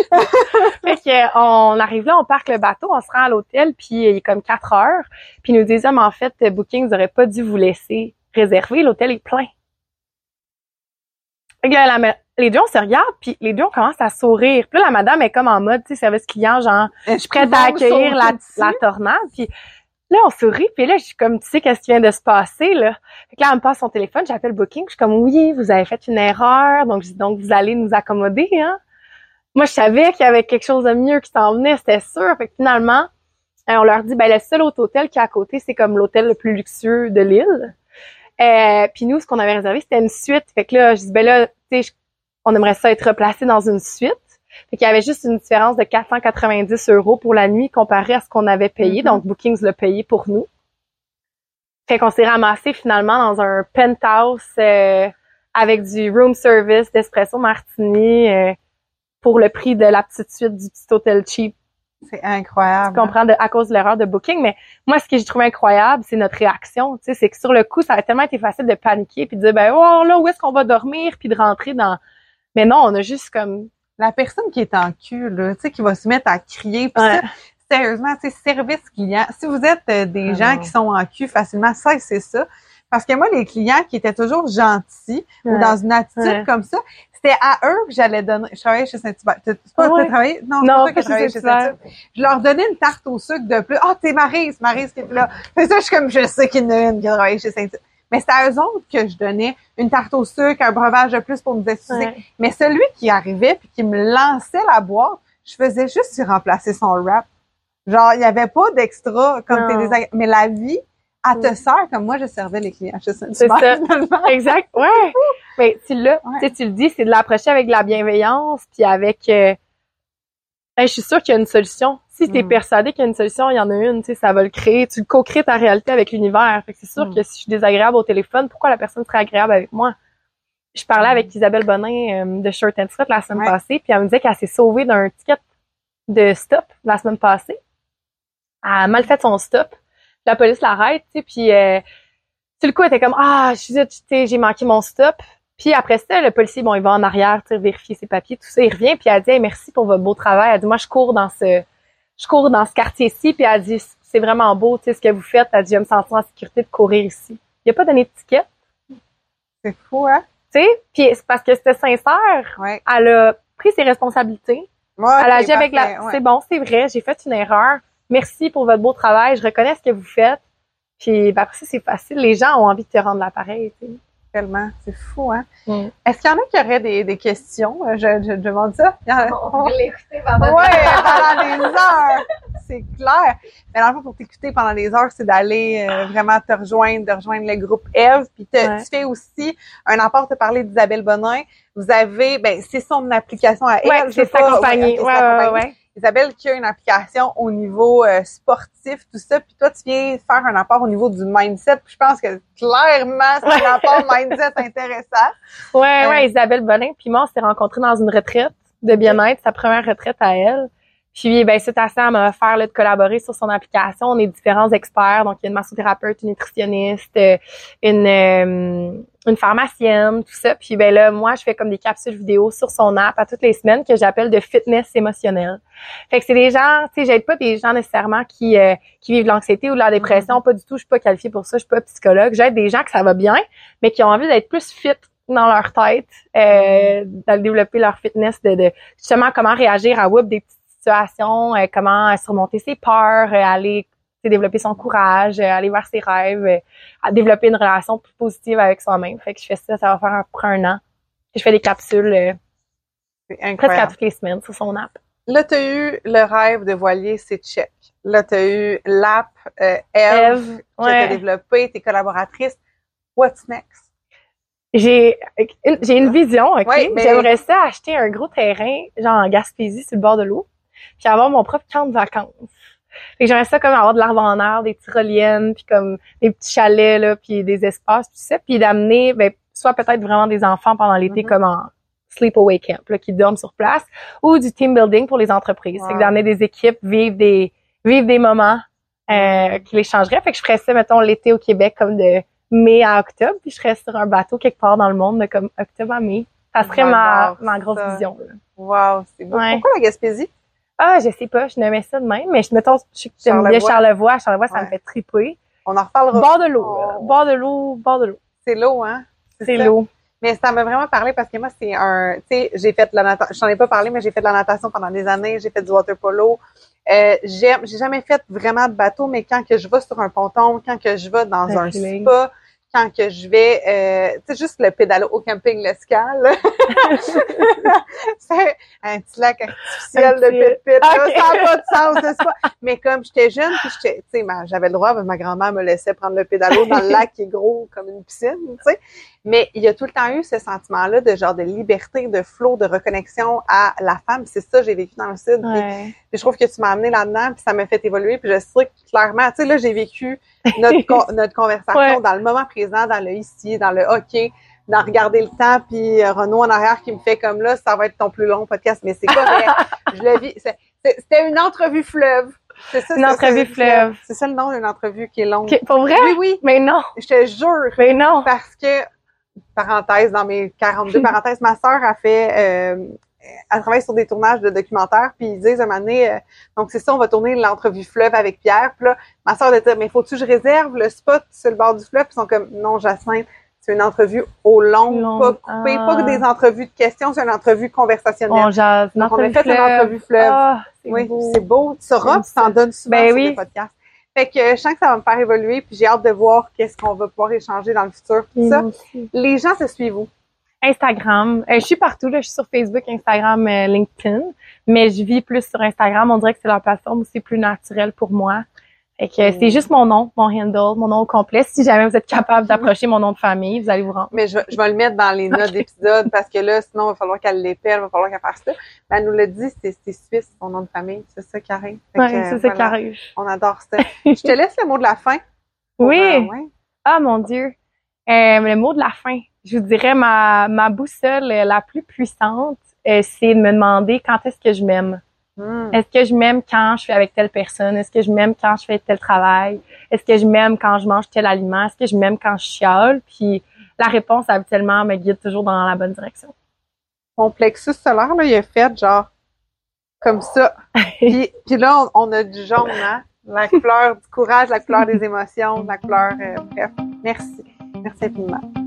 Fait que on arrive là, on parque le bateau, on se rend à l'hôtel, puis il est comme 4 heures. Puis ils nous disent, mais en fait, Booking, vous auraient pas dû vous laisser réserver, l'hôtel est plein. Fait que là, les deux, on se regarde, puis les deux, on commence à sourire. Puis là, la madame est comme en mode, tu sais, service client, genre, je suis prête à accueillir la tornade. Puis là, on sourit, puis là, je suis comme, tu sais, qu'est-ce qui vient de se passer, là? Fait que là, elle me passe son téléphone, j'appelle Booking, je suis comme, oui, vous avez fait une erreur, donc vous allez nous accommoder, hein? Moi, je savais qu'il y avait quelque chose de mieux qui s'en venait, c'était sûr. Fait que finalement, on leur dit, ben le seul autre hôtel qui est à côté, c'est comme l'hôtel le plus luxueux de l'île. Puis nous, ce qu'on avait réservé, c'était une suite. Fait que là, je dis, ben là, tu sais, on aimerait ça être replacé dans une suite. Fait qu'il y avait juste une différence de 490 € pour la nuit comparé à ce qu'on avait payé. Donc, Bookings l'a payé pour nous. Fait qu'on s'est ramassé finalement dans un penthouse avec du room service d'espresso martini pour le prix de la petite suite du petit hôtel cheap. C'est incroyable. Tu comprends, à cause de l'erreur de Booking. Mais moi, ce que j'ai trouvé incroyable, c'est notre réaction. Tu sais, c'est que sur le coup, ça a tellement été facile de paniquer puis de dire, ben, oh là, où est-ce qu'on va dormir? Puis de rentrer dans... Mais non, on a juste comme... La personne qui est en cul, là, tu sais, qui va se mettre à crier. Puis ça, sérieusement, tu sais, service client. Si vous êtes des gens qui sont en cul facilement, ça, c'est ça. Parce que moi, les clients qui étaient toujours gentils ou dans une attitude comme ça, c'était à eux que j'allais donner. Je travaillais chez Saint-Hubert. T'as travaillé? Non, c'est pas toi qui travaillais chez Saint-Hubert. Je leur donnais une tarte au sucre de plus. Ah, t'es Maryse qui est là. Fait ça, je suis comme, je sais qu'il y en a une qui a travaillé chez Saint-Hubert. Mais c'était à eux autres que je donnais une tarte au sucre, un breuvage de plus pour nous excuser. Mais celui qui arrivait puis qui me lançait la boîte, je faisais juste lui remplacer son wrap. Genre, il y avait pas d'extra comme t'es désagréable. Mais la vie, elle te sert comme moi, je servais les clients. C'est ça. Exact. Ouais. Mais tu le dis, c'est de l'approcher avec de la bienveillance puis avec, je suis sûre qu'il y a une solution. Si t'es persuadé qu'il y a une solution, il y en a une, tu sais, ça va le créer. Tu le co-crées ta réalité avec l'univers. Fait que c'est sûr que si je suis désagréable au téléphone, pourquoi la personne serait agréable avec moi? Je parlais avec Isabelle Bonin de Short and Sweat la semaine passée, puis elle me disait qu'elle s'est sauvée d'un ticket de stop la semaine passée. Elle a mal fait son stop. La police l'arrête, tu sais, puis sur le coup, elle était comme, j'ai manqué mon stop. Puis après ça, le policier, il va en arrière, tu sais, vérifier ses papiers, tout ça. Il revient, puis elle dit, hey, merci pour votre beau travail. Elle dit, moi, je cours dans ce quartier-ci, puis elle dit, c'est vraiment beau, tu sais, ce que vous faites. Elle dit, je vais me sentir en sécurité de courir ici. Il a pas donné de ticket. C'est fou, hein? Tu sais, puis c'est parce que c'était sincère. Ouais. Elle a pris ses responsabilités. Ouais, elle a agi avec c'est bon, c'est vrai, j'ai fait une erreur. Merci pour votre beau travail. Je reconnais ce que vous faites. Puis après ça, c'est facile. Les gens ont envie de te rendre l'appareil, tu sais. Tellement. C'est fou, hein? Est-ce qu'il y en a qui auraient des questions? Je demande ça. On va l'écouter pendant des heures. C'est clair. Mais dans le fond, pour t'écouter pendant des heures, c'est d'aller vraiment de rejoindre le groupe Eve. Puis tu fais aussi un apport, te parler d'Isabelle Bonin. Vous avez, c'est son application à elle. Ouais, c'est sa compagnie. Ouais. Isabelle qui a une application au niveau sportif, tout ça, puis toi, tu viens faire un apport au niveau du mindset, puis je pense que clairement, c'est un apport mindset intéressant. Ouais, Isabelle Bonin, puis moi, on s'est rencontrés dans une retraite de bien-être, sa première retraite à elle. Puis, c'est assez à me faire de collaborer sur son application. On est différents experts, donc il y a une massothérapeute, une nutritionniste, une pharmacienne, tout ça. Puis là, moi, je fais comme des capsules vidéo sur son app à toutes les semaines que j'appelle de fitness émotionnel. Fait que c'est des gens, tu sais, j'aide pas des gens nécessairement qui vivent de l'anxiété ou de la dépression, pas du tout, je suis pas qualifiée pour ça, je suis pas psychologue. J'aide des gens que ça va bien, mais qui ont envie d'être plus fit dans leur tête, d'aller développer leur fitness, de justement comment réagir à des petites situations, comment surmonter ses peurs, aller développer son courage, aller vers ses rêves, à développer une relation plus positive avec soi-même. Fait que je fais ça va faire après un an. Je fais des capsules presque à toutes les semaines sur son app. Là, tu as eu le rêve de voilier, c'est check. Là, tu as eu l'app Eve que tu as développée, tes collaboratrices. What's next? J'ai une vision, OK? Oui, mais... J'aimerais ça acheter un gros terrain, genre en Gaspésie, sur le bord de l'eau, puis avoir mon propre camp de vacances. Fait que j'aimerais ça comme avoir de l'arbre en air, des tyroliennes, puis comme des petits chalets, là, puis des espaces, tout ça, puis d'amener, soit peut-être vraiment des enfants pendant l'été comme en sleepaway camp, là, qui dorment sur place, ou du team building pour les entreprises. Fait que d'amener des équipes, vivre des moments qui les changeraient. Fait que je ferais ça, mettons, l'été au Québec, comme de mai à octobre, puis je serais sur un bateau quelque part dans le monde, de comme octobre à mai. Ça serait ma grosse vision, là. Wow, c'est beau. Pourquoi la Gaspésie? Ah, je sais pas, je nommais ça de même, mais je sais que j'aime bien Charlevoix. Charlevoix, ça me fait triper. On en reparlera. Bord de l'eau. C'est l'eau, hein? C'est l'eau. Mais ça m'a vraiment parlé parce que moi, c'est tu sais, j'ai fait de la natation, je t'en ai pas parlé, mais j'ai fait de la natation pendant des années, j'ai fait du water polo. J'ai jamais fait vraiment de bateau, mais quand que je vais sur un ponton, quand que je vais dans un spa, quand que je vais, tu sais, juste le pédalo au camping L'Escale. C'est un petit lac artificiel de pit-pit, okay. Ça n'a pas de sens, c'est pas. Mais comme j'étais jeune, puis tu sais, j'avais le droit, parce que ma grand-mère me laissait prendre le pédalo dans le lac qui est gros comme une piscine, tu sais. Mais il y a tout le temps eu ce sentiment-là de genre de liberté, de flow, de reconnexion à la femme. C'est ça que j'ai vécu dans le Sud. Ouais. Puis je trouve que tu m'as amené là-dedans, puis ça m'a fait évoluer. Puis je sais que clairement, tu sais, là, j'ai vécu notre conversation dans le moment présent, dans le ici, dans le OK, dans regarder le temps, puis Renaud en arrière qui me fait comme là, ça va être ton plus long podcast. Mais c'est correct. Je le vis. C'était une entrevue fleuve. C'est ça, une entrevue fleuve. C'est ça le nom d'une entrevue qui est longue. Pour vrai? Oui, oui. Mais non. Je te jure. Mais non. Parce que, parenthèse, dans mes 42 parenthèses, ma sœur a fait, elle travaille sur des tournages de documentaires, puis ils disent un moment donné, donc c'est ça, on va tourner l'entrevue fleuve avec Pierre, puis là, ma sœur a dit, mais faut-tu que je réserve le spot sur le bord du fleuve? Puis ils sont comme, non, Jacinthe, c'est une entrevue au long, pas coupée, pas que des entrevues de questions, c'est une entrevue conversationnelle. On jase, donc on a fait une entrevue fleuve. Oui, c'est beau. Tu sauras, puis t'en donnes souvent sur les podcasts. Fait que je sens que ça va me faire évoluer, puis j'ai hâte de voir qu'est-ce qu'on va pouvoir échanger dans le futur, tout ça. Les gens se suivent où? Instagram. Je suis partout, là. Je suis sur Facebook, Instagram, LinkedIn. Mais je vis plus sur Instagram. On dirait que c'est la plateforme où c'est plus naturel pour moi. Fait que c'est juste mon nom, mon handle, mon nom au complet. Si jamais vous êtes capable d'approcher mon nom de famille, vous allez vous rendre. Mais je vais le mettre dans les notes d'épisode parce que là, sinon, il va falloir qu'elle l'épelle, il va falloir qu'elle fasse ça. Mais elle nous l'a dit, c'est suisse, son nom de famille. C'est ça qui arrive. Oui, c'est ça qui arrive. On adore ça. Je te laisse le mot de la fin. Oui. Ah, mon Dieu. Le mot de la fin. Je vous dirais ma boussole la plus puissante, c'est de me demander quand est-ce que je m'aime. Est-ce que je m'aime quand je suis avec telle personne? Est-ce que je m'aime quand je fais tel travail? Est-ce que je m'aime quand je mange tel aliment? Est-ce que je m'aime quand je chiale? Puis la réponse, habituellement, me guide toujours dans la bonne direction. Mon plexus solaire, là, il est fait genre comme ça. puis là, on a du jaune, hein? La couleur du courage, la couleur des émotions, la couleur... bref, merci. Merci infiniment.